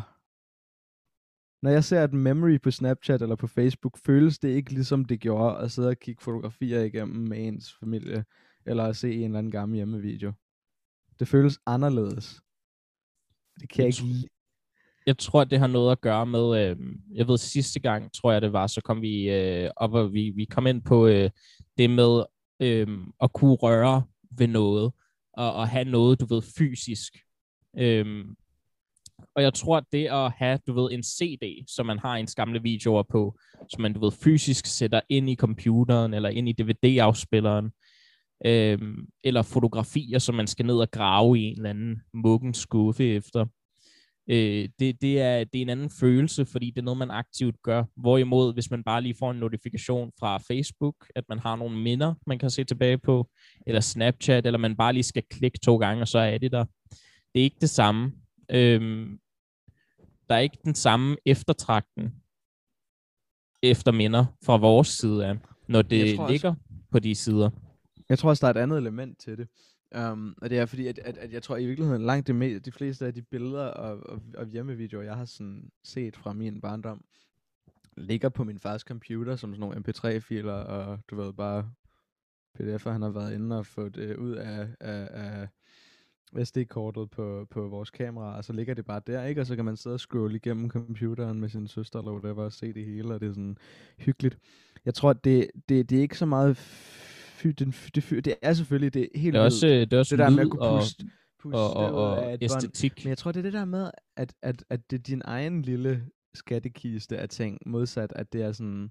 Når jeg ser et memory på Snapchat eller på Facebook, føles det ikke ligesom det gjorde at sidde og kigge fotografier igennem med ens familie, eller at se en eller anden gammel hjemmevideo. Det føles anderledes. Det kan jeg ikke lide. Jeg tror, det har noget at gøre med, øh, jeg ved sidste gang, tror jeg det var, så kom vi øh, op, og vi, vi kom ind på øh, det med øh, at kunne røre ved noget, og, og have noget, du ved, fysisk. Øh, og jeg tror, at det at have, du ved, en C D, som man har ens gamle videoer på, som man, du ved, fysisk sætter ind i computeren, eller ind i D V D-afspilleren, øh, eller fotografier, som man skal ned og grave i en eller anden muggen skuffe efter. Øh, det, det, er, det er en anden følelse, fordi det er noget, man aktivt gør. Hvorimod, hvis man bare lige får en notifikation fra Facebook, at man har nogle minder, man kan se tilbage på, eller Snapchat, eller man bare lige skal klikke to gange, og så er det der. Det er ikke det samme. Øhm, der er ikke den samme eftertragten efter minder fra vores side af, når det ligger også på de sider. Jeg tror også, der er et andet element til det. Um, og det er fordi, at, at, at jeg tror i virkeligheden langt det med, de fleste af de billeder og, og, og hjemmevideoer, jeg har sådan set fra min barndom, ligger på min fars computer som sådan nogle M P tre filer, og du ved bare P D F'er, han har været inde og fået det ud af, af, af S D-kortet på, på vores kamera, og så ligger det bare der, ikke? Og så kan man sidde og scrolle igennem computeren med sin søster eller whatever, og se det hele, og det er sådan hyggeligt. Jeg tror, det, det, det er ikke så meget fy, den, det, fy, det er selvfølgelig, det er helt det er også, vildt. det er også det der lyd med at kunne og, puste, puste og, og, og af et æstetik. bånd. Men jeg tror, det er det der med, at, at, at det er din egen lille skattekiste af ting, modsat at det er sådan,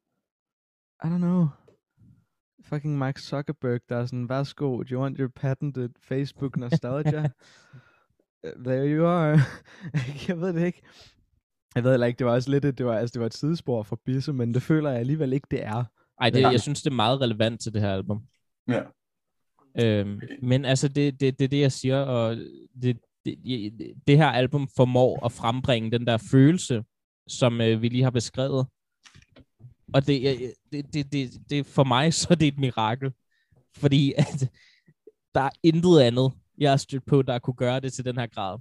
I don't know, fucking Mark Zuckerberg, der er sådan, værsgo, do you want your patented Facebook nostalgia? there you are. Jeg ved det ikke. Jeg ved heller ikke, det var også lidt et, det var, altså, det var et sidespor for Bisse, men det føler jeg alligevel ikke, det er. Ej, det, jeg synes, det er meget relevant til det her album. Ja. Øhm, okay. Men altså, det er det, det, det, jeg siger, og det, det, det her album formår at frembringe den der følelse, som øh, vi lige har beskrevet. Og det, det, det, det, det for mig, så er det et mirakel. Fordi at, der er intet andet, jeg har stødt på, der kunne gøre det til den her grad.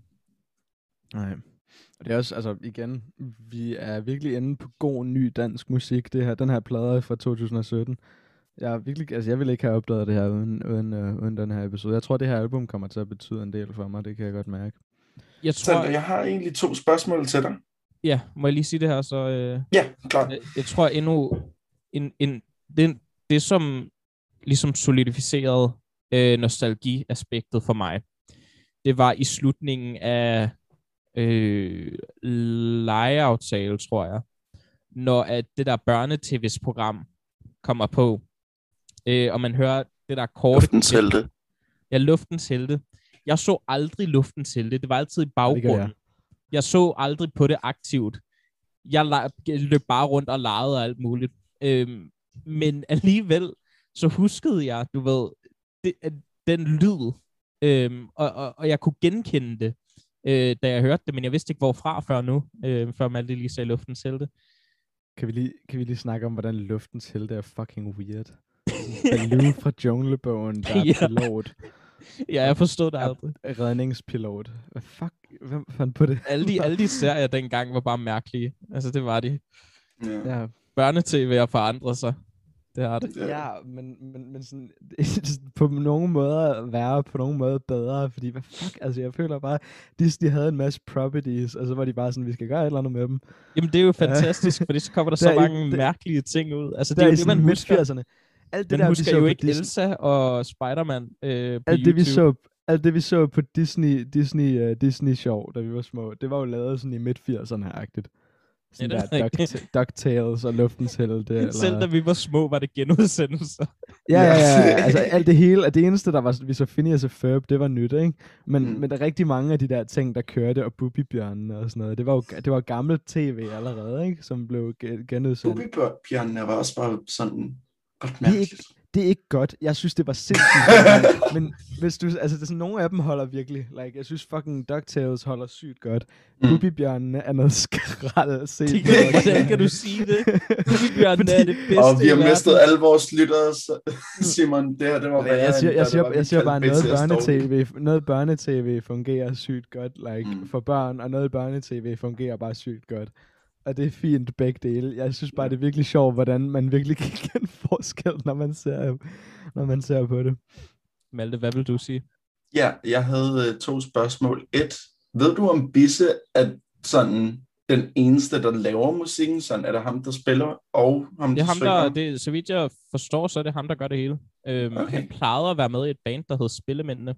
Nej. Og det er også, altså igen, vi er virkelig inde på god, ny dansk musik. Det her, den her plade fra to tusind og sytten. Jeg, er virkelig, altså jeg ville ikke have opdaget det her uden, uden, øh, uden den her episode. Jeg tror, det her album kommer til at betyde en del for mig. Det kan jeg godt mærke. Jeg tror, så jeg har egentlig to spørgsmål til dig. Ja, må jeg lige sige det her? Så, øh, ja, klart. Jeg, jeg tror endnu, en, en, det, det som ligesom solidificerede øh, nostalgi-aspektet for mig, det var i slutningen af øh, legeaftale, tror jeg, når at det der børnetv's program kommer på, øh, og man hører det der korte... Luftens helte. Ja, Luftens helte. Jeg så aldrig Luftens helte. Det var altid i baggrunden. Jeg. jeg så aldrig på det aktivt. Jeg løb bare rundt og legede og alt muligt. Øhm, men alligevel, så huskede jeg, du ved, det, den lyd, øhm, og, og, og jeg kunne genkende det, øh, da jeg hørte det, men jeg vidste ikke, hvorfra før nu, øh, før Malte lige sagde Luftens helte. Kan vi lige, kan vi lige snakke om, hvordan Luftens helte er fucking weird? Baloo fra Junglebogen, der er ja. pilot. Ja, jeg forstod det aldrig. Redningspilot. Hvad fuck? Hvem fandt på det? alle, de, alle de serier dengang var bare mærkelige. Altså, det var de. Ja. Børnetv har forandret sig. Det har det. Ja, men, men, men sådan, på nogle måder værre, på nogle måder bedre, fordi hvad fuck, altså jeg føler bare, Disney havde en masse properties, og så var de bare sådan, vi skal gøre et eller andet med dem. Jamen det er jo fantastisk, for så kommer der, der så mange i, mærkelige ting ud. Altså det er jo det, man husker. Alt det man der, husker jo ikke Disney. Elsa og Spider-Man øh, på alt YouTube. Det, vi så, alt det vi så på Disney, Disney, uh, Disney Show, da vi var små, det var jo lavet sådan i midt firserne-agtigt. Sådan ja, der Duck, DuckTales og Luftens helte. Eller... Selv da vi var små, var det genudsendelser. Ja, ja, ja. Altså alt det hele, og det eneste, der var, vi så Phineas og Ferb, det var nyt, ikke? Men, mm. men der er rigtig mange af de der ting, der kørte, og Bubi-bjørnene og sådan noget. Det var jo det var gammelt tv allerede, ikke? Som blev genudsendt. Bubi-bjørnene var også bare sådan godt mærkeligt. Det er ikke godt. Jeg synes, det var sindssygt. Men hvis du, altså, det er sådan, nogle af dem holder virkelig. Like, jeg synes fucking DuckTales holder sygt godt. Mm. Bubi-bjørnene er noget skrald at se. Hvordan kan du sige det? Bubi-bjørnene er det bedste. Og vi har mistet alle vores lyttere, Simon. Det her, det var ja, jeg siger, jeg siger, jeg siger bare, noget børnetv, noget børnetv fungerer sygt godt like, mm. for børn, og noget børnetv fungerer bare sygt godt. Og det er fint begge dele. Jeg synes bare, det er virkelig sjovt, hvordan man virkelig kan kende forskel, når man ser, når man ser på det. Malte, hvad vil du sige? Ja, jeg havde uh, to spørgsmål. Et, ved du om Bisse er sådan den eneste, der laver musikken? Sådan, er det ham, der spiller, og ham, det er der ham, synger? Der, det, så vidt jeg forstår, så er det ham, der gør det hele. Øhm, okay. Han plejede at være med i et band, der hed Spillemændene.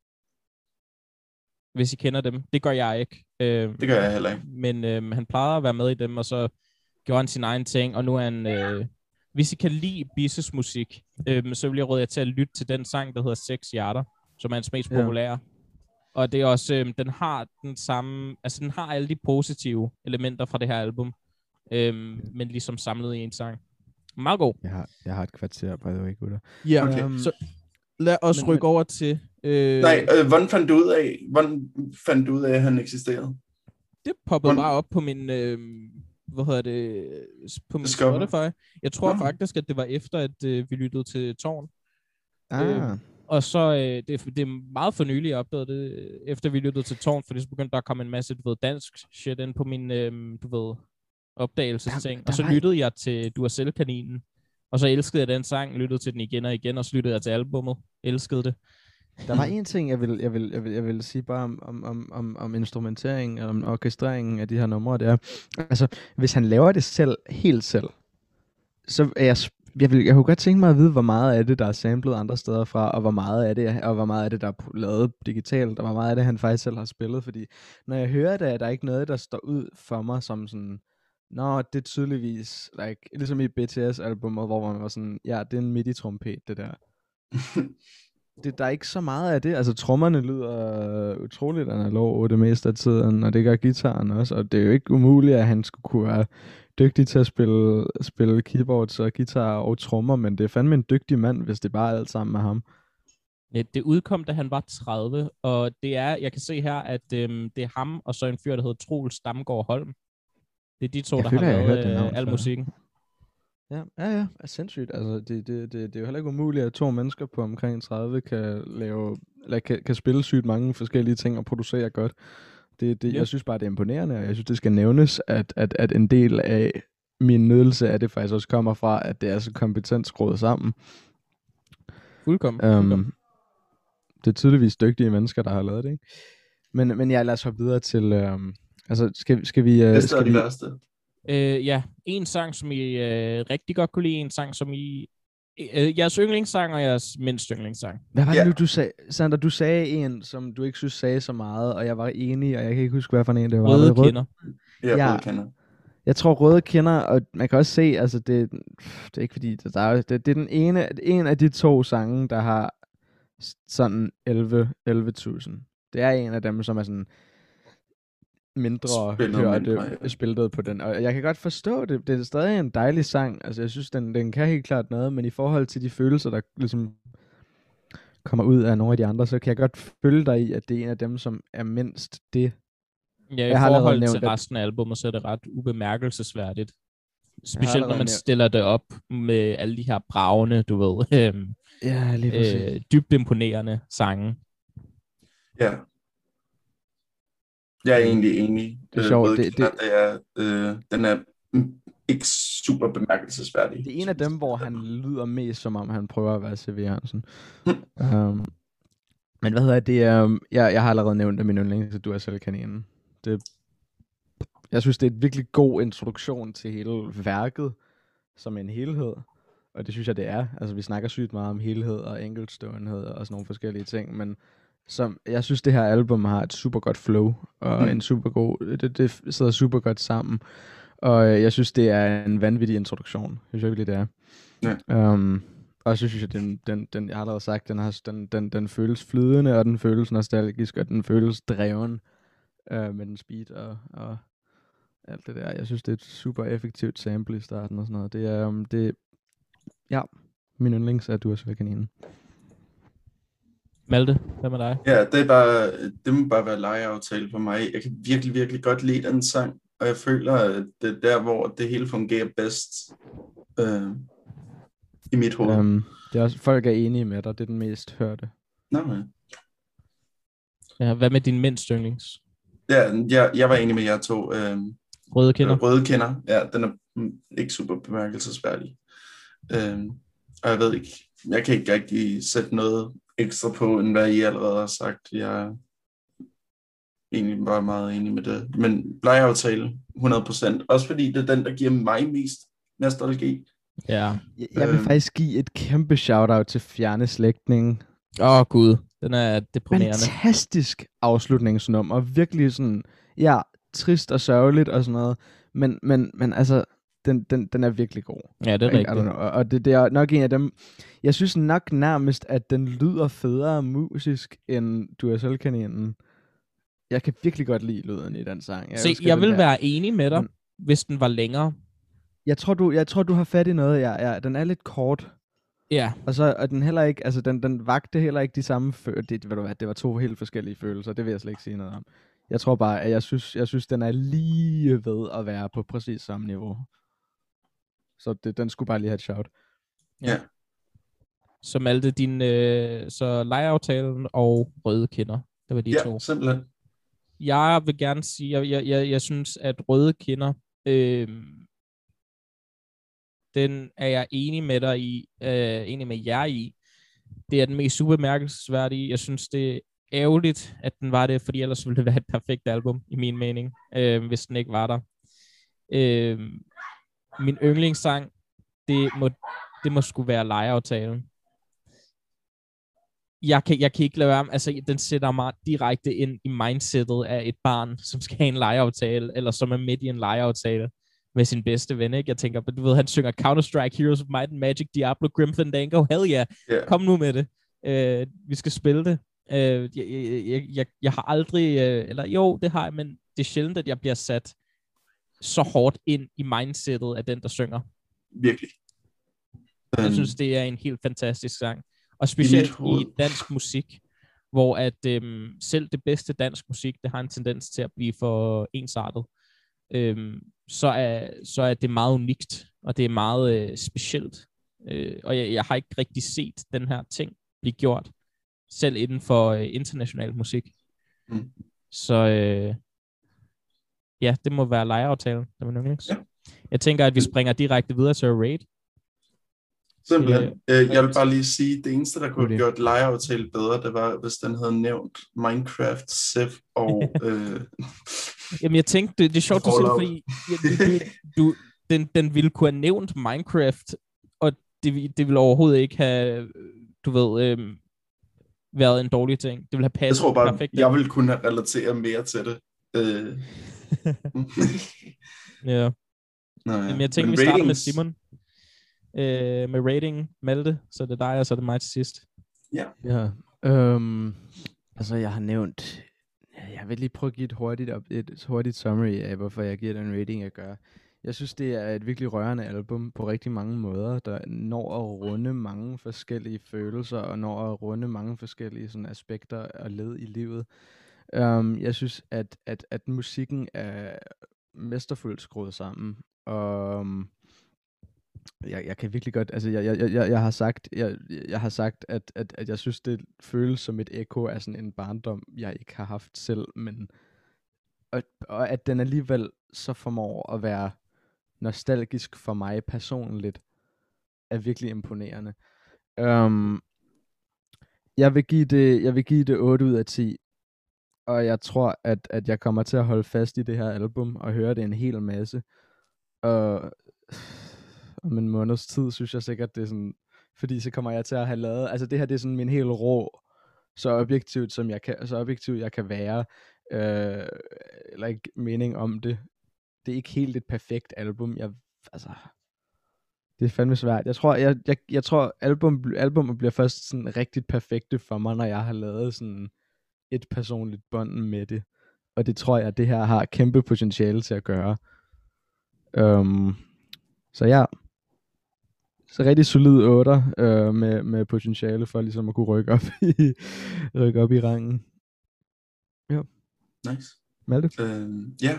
Hvis I kender dem. Det gør jeg ikke. Øh, det gør jeg heller ikke. Men øh, han plejede at være med i dem, og så gjorde han sin egen ting, og nu er han... Øh, hvis I kan lide Bisses musik, øh, så vil jeg råde jer til at lytte til den sang, der hedder Seks Hjerter, som er hans mest ja. populære. Og det er også... Øh, den har den samme... Altså, den har alle de positive elementer fra det her album, øh, men ligesom samlet i en sang. Meget god. Jeg har, jeg har et kvarter, by the way, gutter. Ja, okay. Um, så lad os men, rykke men, over til... Øh, Nej, øh, hvordan fandt du ud af, hvordan fandt du ud af, at han eksisterede? Det poppede hvordan? bare op på min, øh, hvad hedder det, på min Spotify. Jeg tror ja. faktisk, at det var efter, at øh, vi lyttede til Tårn. Ah. Øh, og så, øh, det, det er meget for nylig, jeg opdagede det, efter vi lyttede til Tårn, fordi så begyndte der at komme en masse, du ved, dansk shit ind på min, øh, du ved, opdagelsesting. Der, der og så var... lyttede jeg til Duracell-kaninen. Og så elskede jeg den sang, lyttede til den igen og igen, og så lyttede jeg til albummet. Elskede det. Der var en ting, jeg vil, jeg vil, jeg vil, jeg vil sige bare om, om, om, om, om instrumenteringen, om orkestreringen af de her numre, det er, altså, hvis han laver det selv, helt selv, så er jeg, jeg, vil, jeg kunne godt tænke mig at vide, hvor meget af det, der er samlet andre steder fra, og hvor meget af det, og hvor meget af det, der er lavet digitalt, og hvor meget af det, han faktisk selv har spillet, fordi når jeg hører det, er der ikke noget, der står ud for mig som sådan, nå, det er tydeligvis, like, ligesom i B T S-albummet, hvor man var sådan, ja, det er en midi-trompet, det der. det, der er ikke så meget af det. Altså, trommerne lyder utroligt analog det meste af tiden, og det gør gitaren også. Og det er jo ikke umuligt, at han skulle kunne være dygtig til at spille, spille keyboards og guitar og trommer, men det er fandme en dygtig mand, hvis det bare er alt sammen med ham. Det udkom, da han var tredive, og det er, jeg kan se her, at øhm, det er ham og så en fyr, der hedder Troels Damgaard Holm. Det er de to, jeg der føler, har lavet øh, al musikken. Ja, ja, ja, er sindssygt. Altså, det, det, det, det er jo heller ikke umuligt, at to mennesker på omkring tredive kan lave, eller kan, kan spille sygt mange forskellige ting og producere godt. Det, det, ja. Jeg synes bare, det er imponerende, og jeg synes, det skal nævnes, at, at, at en del af min nydelse af det faktisk også kommer fra, at det er så kompetent skruet sammen. Fuldkommen. Um, Fuldkommen. Det er tydeligvis dygtige mennesker, der har lavet det, ikke? Men, men jeg lader os hoppe videre til... Um, altså, skal, skal vi... Uh, skal det vi værste. Øh, ja, en sang, som I øh, rigtig godt kunne lide, en sang, som I... Øh, jeres yndlingssang og jeres mindst yndlingssang. Hvad var det yeah. nu, du sagde? Sander, du sagde en, som du ikke synes sagde så meget, og jeg var enig, og jeg kan ikke huske, hvad for en det var. Røde Rød... Kinder. Ja, ja, Røde Kinder. Jeg tror, Røde Kinder, og man kan også se, altså det, det er ikke fordi, der er, det, det er den ene, en af de to sange, der har sådan elleve tusind. Det er en af dem, som er sådan mindre hørte ja. spillet på den. Og jeg kan godt forstå det. Det er stadig en dejlig sang. Altså jeg synes, den, den kan helt klart noget, men i forhold til de følelser, der ligesom kommer ud af nogle af de andre, så kan jeg godt følge dig i, at det er en af dem, som er mindst det. Ja, i jeg forhold til nævnt, resten af albumet, så er det ret ubemærkelsesværdigt. Specielt når man stiller det op med alle de her bravende, du ved, øhm, ja, lige præcis. øh, dybt imponerende sange. Ja. Jeg er egentlig enig. Det er sjovt. Det, det, det er, øh, den er ikke super bemærkelsesværdig. Det er en af dem, hvor han lyder mest, som om han prøver at være C V Jørgensen. um, men hvad hedder det? Um, jeg, jeg har allerede nævnt det min yndling, så du er selv kaninen. Det, jeg synes, det er et virkelig god introduktion til hele værket som en helhed. Og det synes jeg, det er. Altså, vi snakker sygt meget om helhed og enkeltståenhed og sådan nogle forskellige ting, men som, jeg synes, det her album har et super godt flow, og mm. en super god, det, det sidder super godt sammen, og jeg synes, det er en vanvittig introduktion. Jeg synes virkelig, det er. Ja. Um, og så synes jeg, den, den, den, jeg har allerede sagt, den, har, den, den, den føles flydende, og den føles nostalgisk, og den føles dreven uh, med den speed og, og alt det der. Jeg synes, det er et super effektivt sample i starten og sådan noget. Det er, um, det, ja, min yndlings er Du er selv kaninen. Malte, hvad med dig? Ja, det, er bare, det må bare være lejeaftale for mig. Jeg kan virkelig, virkelig godt lide den sang, og jeg føler, at det er der, hvor det hele fungerer bedst øh, i mit hoved. Um, det er også, folk er enige med dig, det er den mest hørte. Nej. Ja, hvad med din mindst yndlings? Ja, jeg, jeg var enig med jer to. Øh, Røde Kinder? Røde Kinder, ja, den er ikke super bemærkelsesværdig. Øh, og jeg ved ikke, jeg kan ikke rigtig sætte noget ekstra på, end hvad I allerede har sagt. Jeg er egentlig bare meget enig med det. Men lejeaftale, hundrede procent. Også fordi det er den, der giver mig mest nostalgi. Ja. Jeg, jeg vil øh. faktisk give et kæmpe shout-out til Fjerne Slægtning. Åh oh, gud, den er deprimerende. Fantastisk afslutningsnummer. Virkelig sådan, ja, trist og sørgeligt og sådan noget. Men, men, men altså, Den, den, den er virkelig god. Ja, det er rigtigt. Og, og det, det er nok en af dem, jeg synes nok nærmest, at den lyder federe musisk, end Du er selv kaninen. Jeg kan virkelig godt lide lyden i den sang. Jeg, Se, jeg vil der. være enig med dig, mm. hvis den var længere. Jeg tror, du, jeg tror, du har fat i noget. Ja, ja, den er lidt kort. Ja. Og så og den heller ikke, altså den, den vagte heller ikke de samme følelser. Det, ved du hvad, det var to helt forskellige følelser. Det vil jeg slet ikke sige noget om. Jeg tror bare, at jeg synes, jeg synes den er lige ved at være på præcis samme niveau. Så det, den skulle bare lige have et shout. Ja. Så Malte, din øh, så lejeaftalen og Røde Kinder. Det var de ja, to. Ja, simpelthen. Jeg vil gerne sige, jeg, jeg, jeg, jeg synes, at Røde Kinder, øh, den er jeg enig med dig i, øh, enig med jer i. Det er den mest supermærkelsesværdige. Jeg synes, det er ærgerligt, at den var det, fordi ellers ville det være et perfekt album, i min mening, øh, hvis den ikke var der. Øh, Min yndlingssang, det må, det må sgu være lejeaftalen. Jeg kan, jeg kan ikke lade være, altså den sætter mig direkte ind i mindsetet af et barn, som skal have en lejeaftale, eller som er midt i en lejeaftale med sin bedste ven, ikke? Jeg tænker, du ved, han synger Counter-Strike, Heroes of Might and Magic, Diablo, Grim Fandango, hell yeah, yeah. Kom nu med det. Øh, vi skal spille det. Øh, jeg, jeg, jeg, jeg har aldrig, øh, eller jo, det har jeg, men det er sjældent, at jeg bliver sat så hårdt ind i mindsetet af den, der synger. Virkelig. Jeg synes, det er en helt fantastisk sang. Og specielt i, i dansk musik, hvor at øhm, selv det bedste dansk musik, det har en tendens til at blive for ensartet. Øhm, så, er, så er det meget unikt, og det er meget øh, specielt. Øh, og jeg, jeg har ikke rigtig set den her ting blive gjort, selv inden for øh, international musik. Mm. Så øh, ja, det må være lejeaftalen. Ja. Jeg tænker, at vi springer direkte videre til Raid. Simpelthen. Øh, jeg vil bare lige sige, det eneste, der kunne have gjort lejeaftale bedre, det var, hvis den havde nævnt Minecraft, Civ og... øh... Jamen, jeg tænkte, det, det er sjovt, du siger det, fordi ja, du, du, den, den ville kunne have nævnt Minecraft, og det, det ville overhovedet ikke have, du ved, øh, været en dårlig ting. Det ville have passet. Jeg tror bare, perfekt, jeg ville kunne have relateret mere til det. Øh... ja. Nå, ja. Jamen, jeg tænkte, vi starter med Simon. Øh, med rating, Malte, så det er dig, og så er det mig til sidst. Ja. Ja. Øhm, altså, jeg har nævnt... Jeg vil lige prøve at give et hurtigt, op, et hurtigt summary af, hvorfor jeg giver den rating, jeg gør. Jeg synes, det er et virkelig rørende album på rigtig mange måder, der når at runde mange forskellige følelser, og når at runde mange forskellige sådan, aspekter og led i livet. Um, jeg synes, at, at, at musikken er mesterfuldt skruet sammen, og... Um, Jeg, jeg kan virkelig godt, altså jeg, jeg, jeg, jeg har sagt, jeg, jeg har sagt, at, at, at jeg synes, det føles som et ekko af sådan en barndom, jeg ikke har haft selv, men og, og at den alligevel så formår at være nostalgisk for mig personligt, er virkelig imponerende. Um, jeg vil give det, jeg vil give det otte ud af ti, og jeg tror, at, at jeg kommer til at holde fast i det her album og høre det en hel masse, og om en måneds tid, synes jeg sikkert, det er sådan, fordi så kommer jeg til at have lavet, altså det her, det er sådan min helt rå, så objektivt som jeg kan, så objektivt jeg kan være, øh, eller ikke mening om det. Det er ikke helt et perfekt album, jeg, altså, det er fandme svært. Jeg tror, jeg, jeg, jeg tror album, albumet bliver først sådan rigtig perfekte for mig, når jeg har lavet sådan et personligt bånd med det, og det tror jeg, det her har kæmpe potentiale til at gøre. Um, så ja, så rigtig solid otter øh, med, med potentiale for ligesom at kunne rykke op i, rykke op i rangen. Ja. Nice. Malte? Øhm, ja.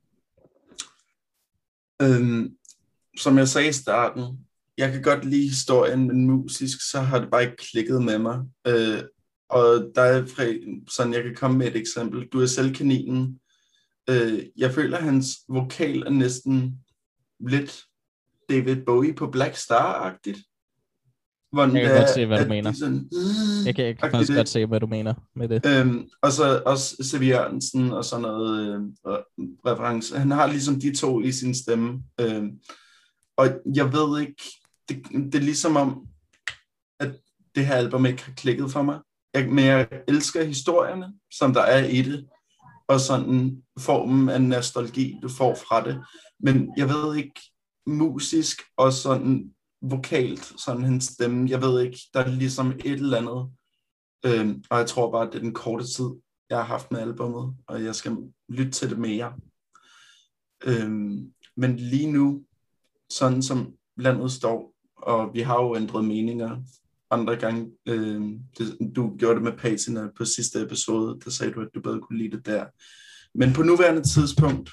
Øhm, som jeg sagde i starten, jeg kan godt lide historien, men musisk, så har det bare ikke klikket med mig. Øh, og der er sådan, jeg kan komme med et eksempel. Du er selv kaninen. Øh, jeg føler, at hans vokal er næsten lidt David Bowie på Black Star-agtigt. Jeg kan godt se, hvad du mener. Sådan, jeg kan, jeg kan faktisk det. godt se, hvad du mener med det. Øhm, og så også C V Jørgensen og sådan noget øh, reference. Han har ligesom de to i sin stemme. Øhm, og jeg ved ikke, det, det er ligesom om, at det her album ikke har klikket for mig. Jeg, men jeg elsker historierne, som der er i det, og sådan formen af nostalgi, du får fra det. Men jeg ved ikke, musisk og sådan vokalt, sådan hans stemme, jeg ved ikke, der er ligesom et eller andet, øhm, og jeg tror bare, at det er den korte tid, jeg har haft med albummet, og jeg skal lytte til det mere. Øhm, men lige nu, sådan som landet står, og vi har jo ændret meninger andre gange, øhm, det, du gjorde det med Patina på sidste episode, der sagde du, at du bedre kunne lide det der. Men på nuværende tidspunkt,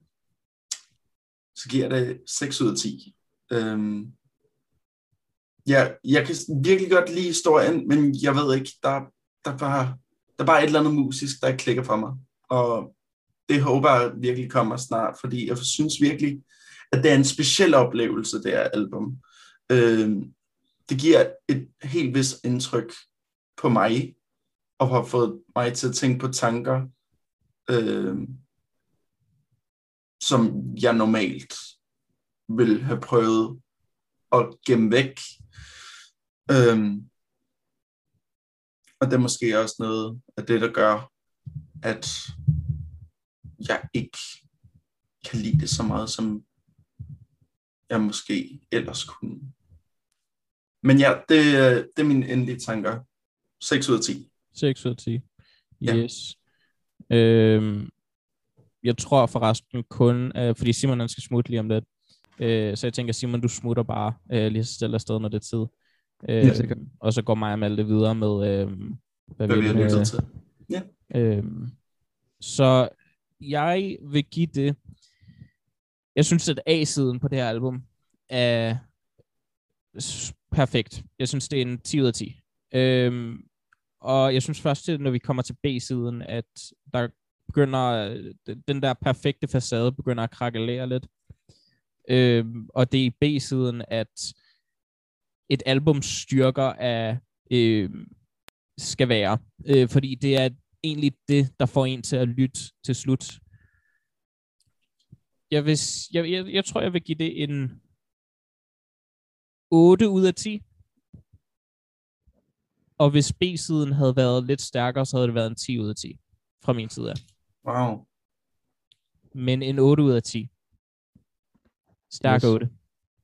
så giver det seks ud af ti. Øhm, ja, jeg kan virkelig godt lide historien, men jeg ved ikke, der, der, bare, der er bare et eller andet musisk, der ikke klikker for mig. Og det håber jeg virkelig kommer snart, fordi jeg synes virkelig, at det er en speciel oplevelse, det her album. Øhm, det giver et helt vist indtryk på mig, og har fået mig til at tænke på tanker, øhm, som jeg normalt vil have prøvet at gemme væk. Øhm, og det er måske også noget af det, der gør, at jeg ikke kan lide det så meget, som jeg måske ellers kunne. Men ja, det, det er mine endelige tanker seks ud af ti. seks ud af ti. Ja. Yes. Øhm, jeg tror forresten kun, øh, fordi Simon han skal smutte lige om lidt, øh, så jeg tænker, Simon, du smutter bare øh, lige så stille afsted, når det er tid. Øh, Ja, og så går mig og Malte videre med, øh, hvad, Hvad vi har vil, lyttet øh, til. Ja. øh, så jeg vil give det, jeg synes, at A-siden på det her album er s- perfekt. Jeg synes, det er en ti ud af ti. Øh, og jeg synes først, når vi kommer til B-siden, at der begynder, den der perfekte facade begynder at krakelere lidt. Øh, og det er i B-siden, at et albums styrker af øh, skal være. Øh, fordi det er egentlig det, der får en til at lytte til slut. Jeg, vil, jeg, jeg, jeg tror, jeg vil give det en otte ud af ti. Og hvis B-siden havde været lidt stærkere, så havde det været en ti ud af ti. Fra min side af. Wow. Men en otte ud af ti. Stærk Yes. otte.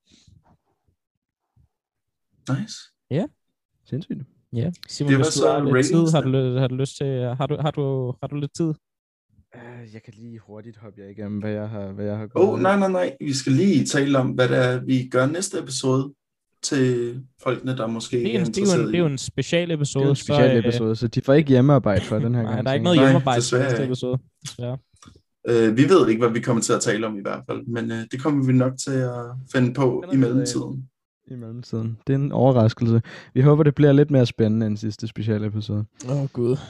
Nice. Ja. Sindssygt. Ja. Simon, Det var hvis du så har lidt ratings, tid, har da. du, har du lyst til, har du, har du, har du lidt tid? Uh, jeg kan lige hurtigt hoppe jer igennem, hvad jeg har, hvad jeg har Åh, gået oh, med. nej, nej, nej. Vi skal lige tale om, hvad det er, vi gør næste episode til folkene, der måske Det er, ikke er en, det, er jo interesseret en, det er jo en special episode. Det er en special så, øh, episode, så de får ikke hjemmearbejde for den her Nej, gang. der er ikke tænker noget Nej, hjemmearbejde til desværre næste ikke. episode. Desværre. Øh, vi ved ikke, hvad vi kommer til at tale om i hvert fald, men øh, det kommer vi nok til at finde på Finder i vi ud af. mellemtiden. I mellemtiden. Det er en overraskelse. Vi håber, det bliver lidt mere spændende end sidste special episode. Åh, oh, Gud.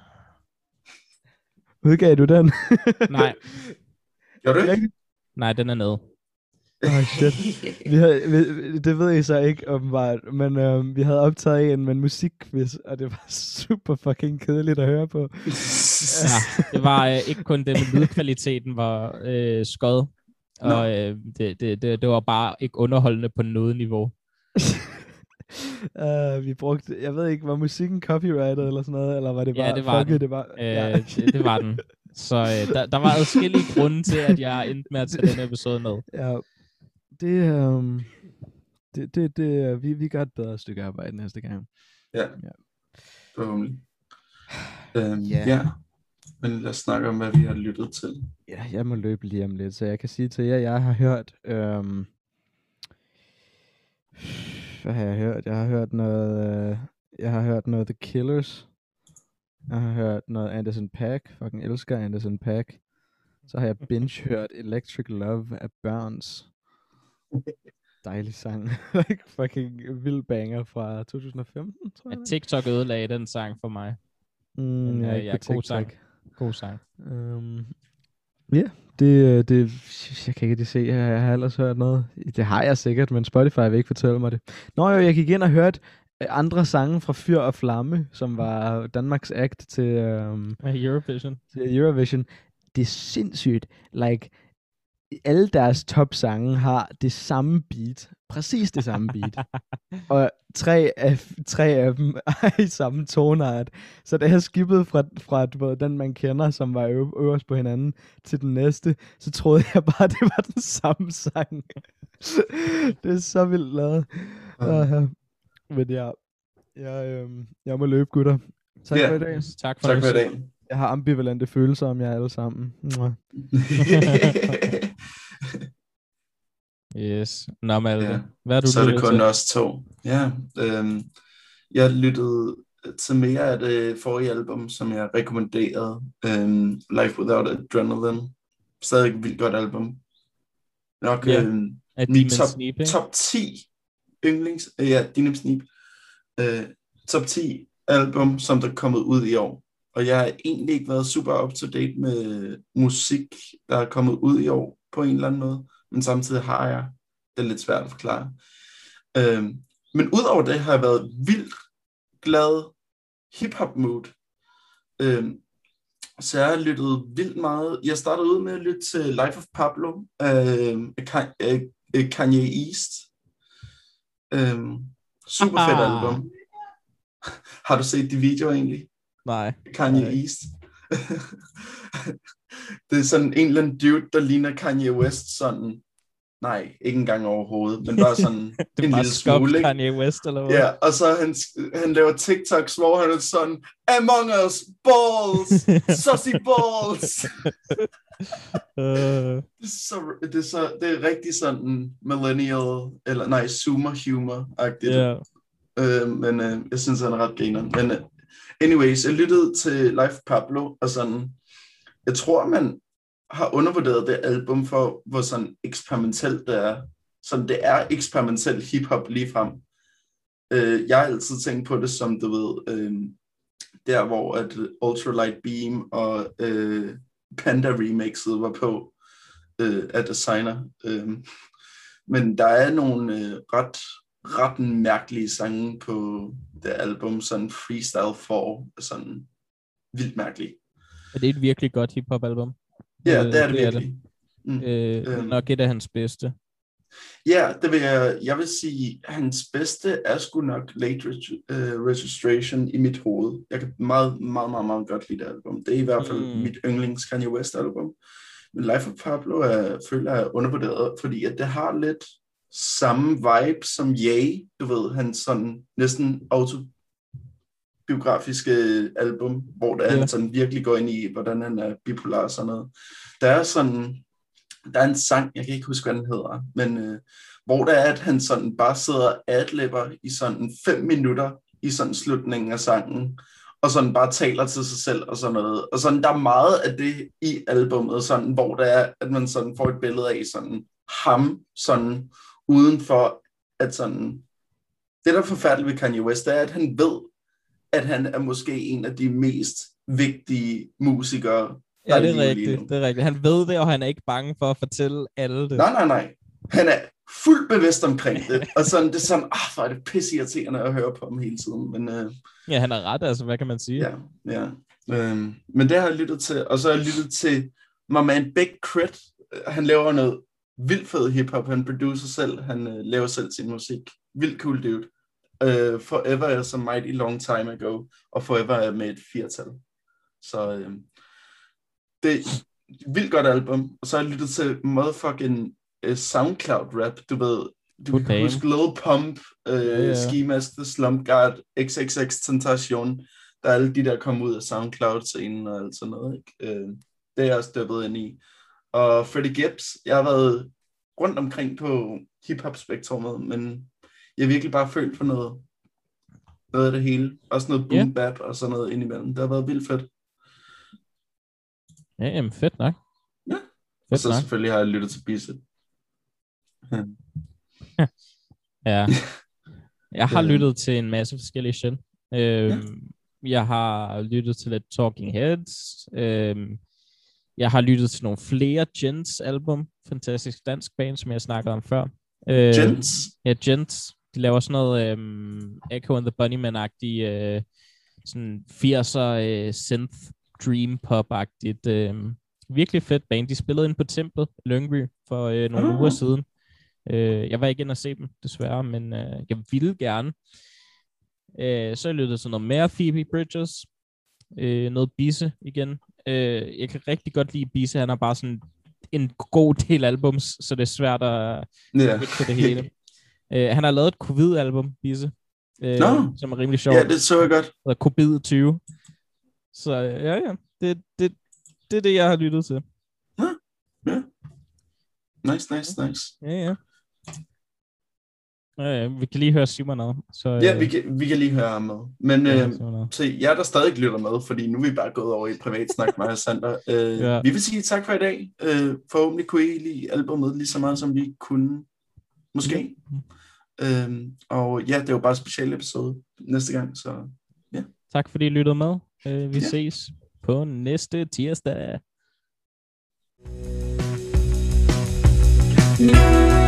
Udgav du den? Nej, Gør du ikke? nej, den er nede. Oh shit. Vi havde, vi, det ved I så ikke åbenbart, men øhm, vi havde optaget en med en musikquiz, og det var super fucking kedeligt at høre på. Ja, det var øh, ikke kun det med lydkvaliteten var øh, skød, og øh, det, det, det, det var bare ikke underholdende på noget niveau. uh, vi brugte, jeg ved ikke, var musikken copyrighted eller sådan noget, eller var det bare, Ja, det var fuck den. it, det var, Øh, ja. det, det var den. Så øh, der, der var adskillige grunde til, at jeg endte med at tage den episode med. Ja, det, um, det, det, det, vi, vi gør et bedre stykke arbejde næste gang. Ja, Ja. forhåbentlig. Øhm, Ja. ja, men lad os snakke om, hvad vi har lyttet til. Ja, jeg må løbe lige om lidt, så jeg kan sige til jer, jeg har hørt, øhm, hvad har jeg hørt? Jeg har hørt noget, øh, jeg har hørt noget The Killers. Jeg har hørt noget Anderson .Paak. Fucking elsker Anderson .Paak. Så har jeg binge-hørt Electric Love af Burns. Dejlig sang. Like fucking vild banger fra to tusind og femten, tror jeg. At TikTok ødelagde den sang for mig. Mm, Men, jeg er øh, ikke ja, på god TikTok. sang. God sang. Um, ja, det, det, jeg kan ikke lige se, jeg, jeg har ellers hørt noget. Det har jeg sikkert, men Spotify vil ikke fortælle mig det. Nå jo, jeg gik ind og hørte andre sange fra Fyr og Flamme, som var Danmarks act til, um, Eurovision. til Eurovision. Det er sindssygt. Like, alle deres top-sange har det samme beat. Præcis det samme beat. Og tre af, tre af dem er i samme tonart. Så da jeg skippede fra, fra du ved, den, man kender, som var øv- øverst på hinanden, til den næste, så troede jeg bare, det var den samme sang. Det er så vildt lavet. Uh, men ja, jeg, øhm, jeg må løbe, gutter. Tak Ja. for i dag. Tak for, Tak for i det. dag. Jeg har ambivalente følelser om jer alle sammen. Mwah. Yes. Nå, Malte. Ja. Hvad har du Så er det lyttet kun til? os to. Ja, øhm, jeg lyttede til mere af det forrige album, som jeg rekommenderede. Øhm, Life Without Adrenaline. Stadig et vildt godt album. Nok Ja. øhm, At min Demon top, Sleep, ikke? top ti yndlings... Øh, ja, Demon Sleep. Øh, top ti album, som der er kommet ud i år. Og jeg har egentlig ikke været super up to date med musik, der er kommet ud i år på en eller anden måde. Men samtidig har jeg. Det er lidt svært at forklare. Øhm, men udover det har jeg været vildt glad hip-hop mood. Øhm, så jeg har lyttet vildt meget. Jeg startede ud med at lytte til Life of Pablo øhm, af øh, Kanye East. Øhm, super fedt album. Har du set de videoer egentlig? Nej. Kanye Nej. East. Det er sådan en eller anden dude, der ligner Kanye West sådan, Nej, ikke engang overhovedet, men bare sådan det en bare lille smule. Kanye West, eller hvad? Ja, og så han, han laver TikToks, hvor han er sådan, Among Us, balls, saucy balls. uh. det, er så, det, er så, det er rigtig sådan millennial, eller nej, zoomer humor-agtigt. Yeah. Uh, men uh, jeg synes, han er ret griner. Men uh, anyways, jeg lyttede til Life Pablo, og sådan, jeg tror, man har undervurderet det album for, hvor sådan eksperimentelt det er. Sådan, det er eksperimentel hiphop ligefrem. Uh, jeg har altid tænkt på det som, du ved, uh, der hvor at Ultralight Beam og uh, Panda remixet var på uh, af Designer. Uh, men der er nogle uh, ret, ret mærkelige sange på det album, sådan Freestyle for, sådan vildt mærkeligt. Er det et virkelig godt hiphop-album? Ja, det er det, det virkelig. Er det. Mm. Øh, nok et af hans bedste. Ja, det vil jeg, jeg vil sige, hans bedste er sgu nok Late uh, Registration i mit hoved. Jeg kan meget, meget, meget, meget godt lide det album. Det er i hvert fald mm. mit yndlings Kanye West album. Men Life of Pablo er, føler jeg er undervurderet, fordi at det har lidt samme vibe som Ye, du ved, hans sådan næsten autobiografiske album, hvor der yeah. han sådan virkelig går ind i, hvordan han er bipolar og sådan noget. Der er sådan, der er en sang, jeg kan ikke huske, hvad den hedder, men øh, hvor der er, at han sådan bare sidder og adlibber i sådan fem minutter i sådan slutningen af sangen, og sådan bare taler til sig selv og sådan noget. Og sådan, der er meget af det i albummet, sådan, hvor der er, at man sådan får et billede af sådan ham, sådan uden for, at sådan, det der er forfærdeligt ved Kanye West, det er, at han ved, at han er måske en af de mest vigtige musikere. Ja, det er rigtigt, det er rigtigt. Han ved det, og han er ikke bange for at fortælle alle det. Nej, nej, nej. Han er fuldt bevidst omkring det, og sådan, det er sådan, ah, hvor er det pisseirriterende at høre på ham hele tiden. Men, øh, ja, han er ret, altså, hvad kan man sige? Ja, ja. Øh, men det har jeg lyttet til, og så har jeg lyttet til my man Big Crit. Han laver noget vildt fed hiphop, han producer selv, han øh, laver selv sin musik. Vildt cool dude. Uh, Forever is a mighty long time ago, og Forever er med et firtal. Så øh, det er et vildt godt album. Og så har jeg lyttet til motherfucking uh, SoundCloud rap, du ved, du kan huske Lil Pump, uh, yeah, yeah. Ski Mask, The Slump God, X X X Tentacion, der er alle de der kom ud af SoundCloud-scenen og alt sådan noget, ikke? Uh, det er jeg også døbet ind i. Og Freddie Gibbs, jeg har været rundt omkring på hip-hop-spektrummet, men jeg har virkelig bare følt for noget, noget af det hele. Også noget boom bap og sådan noget indimellem. Det har været vildt fedt. Ja, jamen fedt nok. Ja, fedt og så nok. selvfølgelig har jeg lyttet til Bizet. Ja. Jeg har lyttet til en masse forskellige shit. Øhm, ja. Jeg har lyttet til lidt Talking Heads. Øhm, jeg har lyttet til nogle flere Gents album. Fantastisk dansk band, som jeg snakkede om før. Øh, Gents? Ja, Gents. De laver sådan noget øhm, Echo and the Bunnymen-agtig øh, sådan firser øh, synth dream pop-agtigt. Øh, virkelig fedt band. De spillede ind på Templet Lyngby for øh, nogle uh. uger siden. Øh, jeg var ikke inde at se dem, desværre, men øh, jeg ville gerne. Øh, så lyttede til noget mere Phoebe Bridgers. Øh, noget Bisse igen. Øh, jeg kan rigtig godt lide Bisse. Han har bare sådan en god del albums, så det er svært at yeah. ikke til det hele. uh, han har lavet et covid-album, Bisse, uh, no. som er rimelig sjovt. Ja, det så jeg godt. Det er covid tyve. Så ja, ja, det, det, det er det, jeg har lyttet til. Ja, ja. Nice, nice, nice. Ja, ja. Ja, ja, vi kan lige høre Simon med. Så, ja, øh, vi, kan, vi kan lige høre ham med. Men ja, øh, til jer, der stadig lytter med, fordi nu er vi bare gået over i privat snak med Sander. Øh, ja. Vi vil sige tak for i dag. Øh, forhåbentlig kunne I lide albumet lige så meget, som vi kunne. Måske. Mm. Øh, og ja, det er jo bare et specielt episode næste gang. Så ja. Tak fordi I lyttede med. Øh, vi ja. ses på næste tirsdag. Yeah.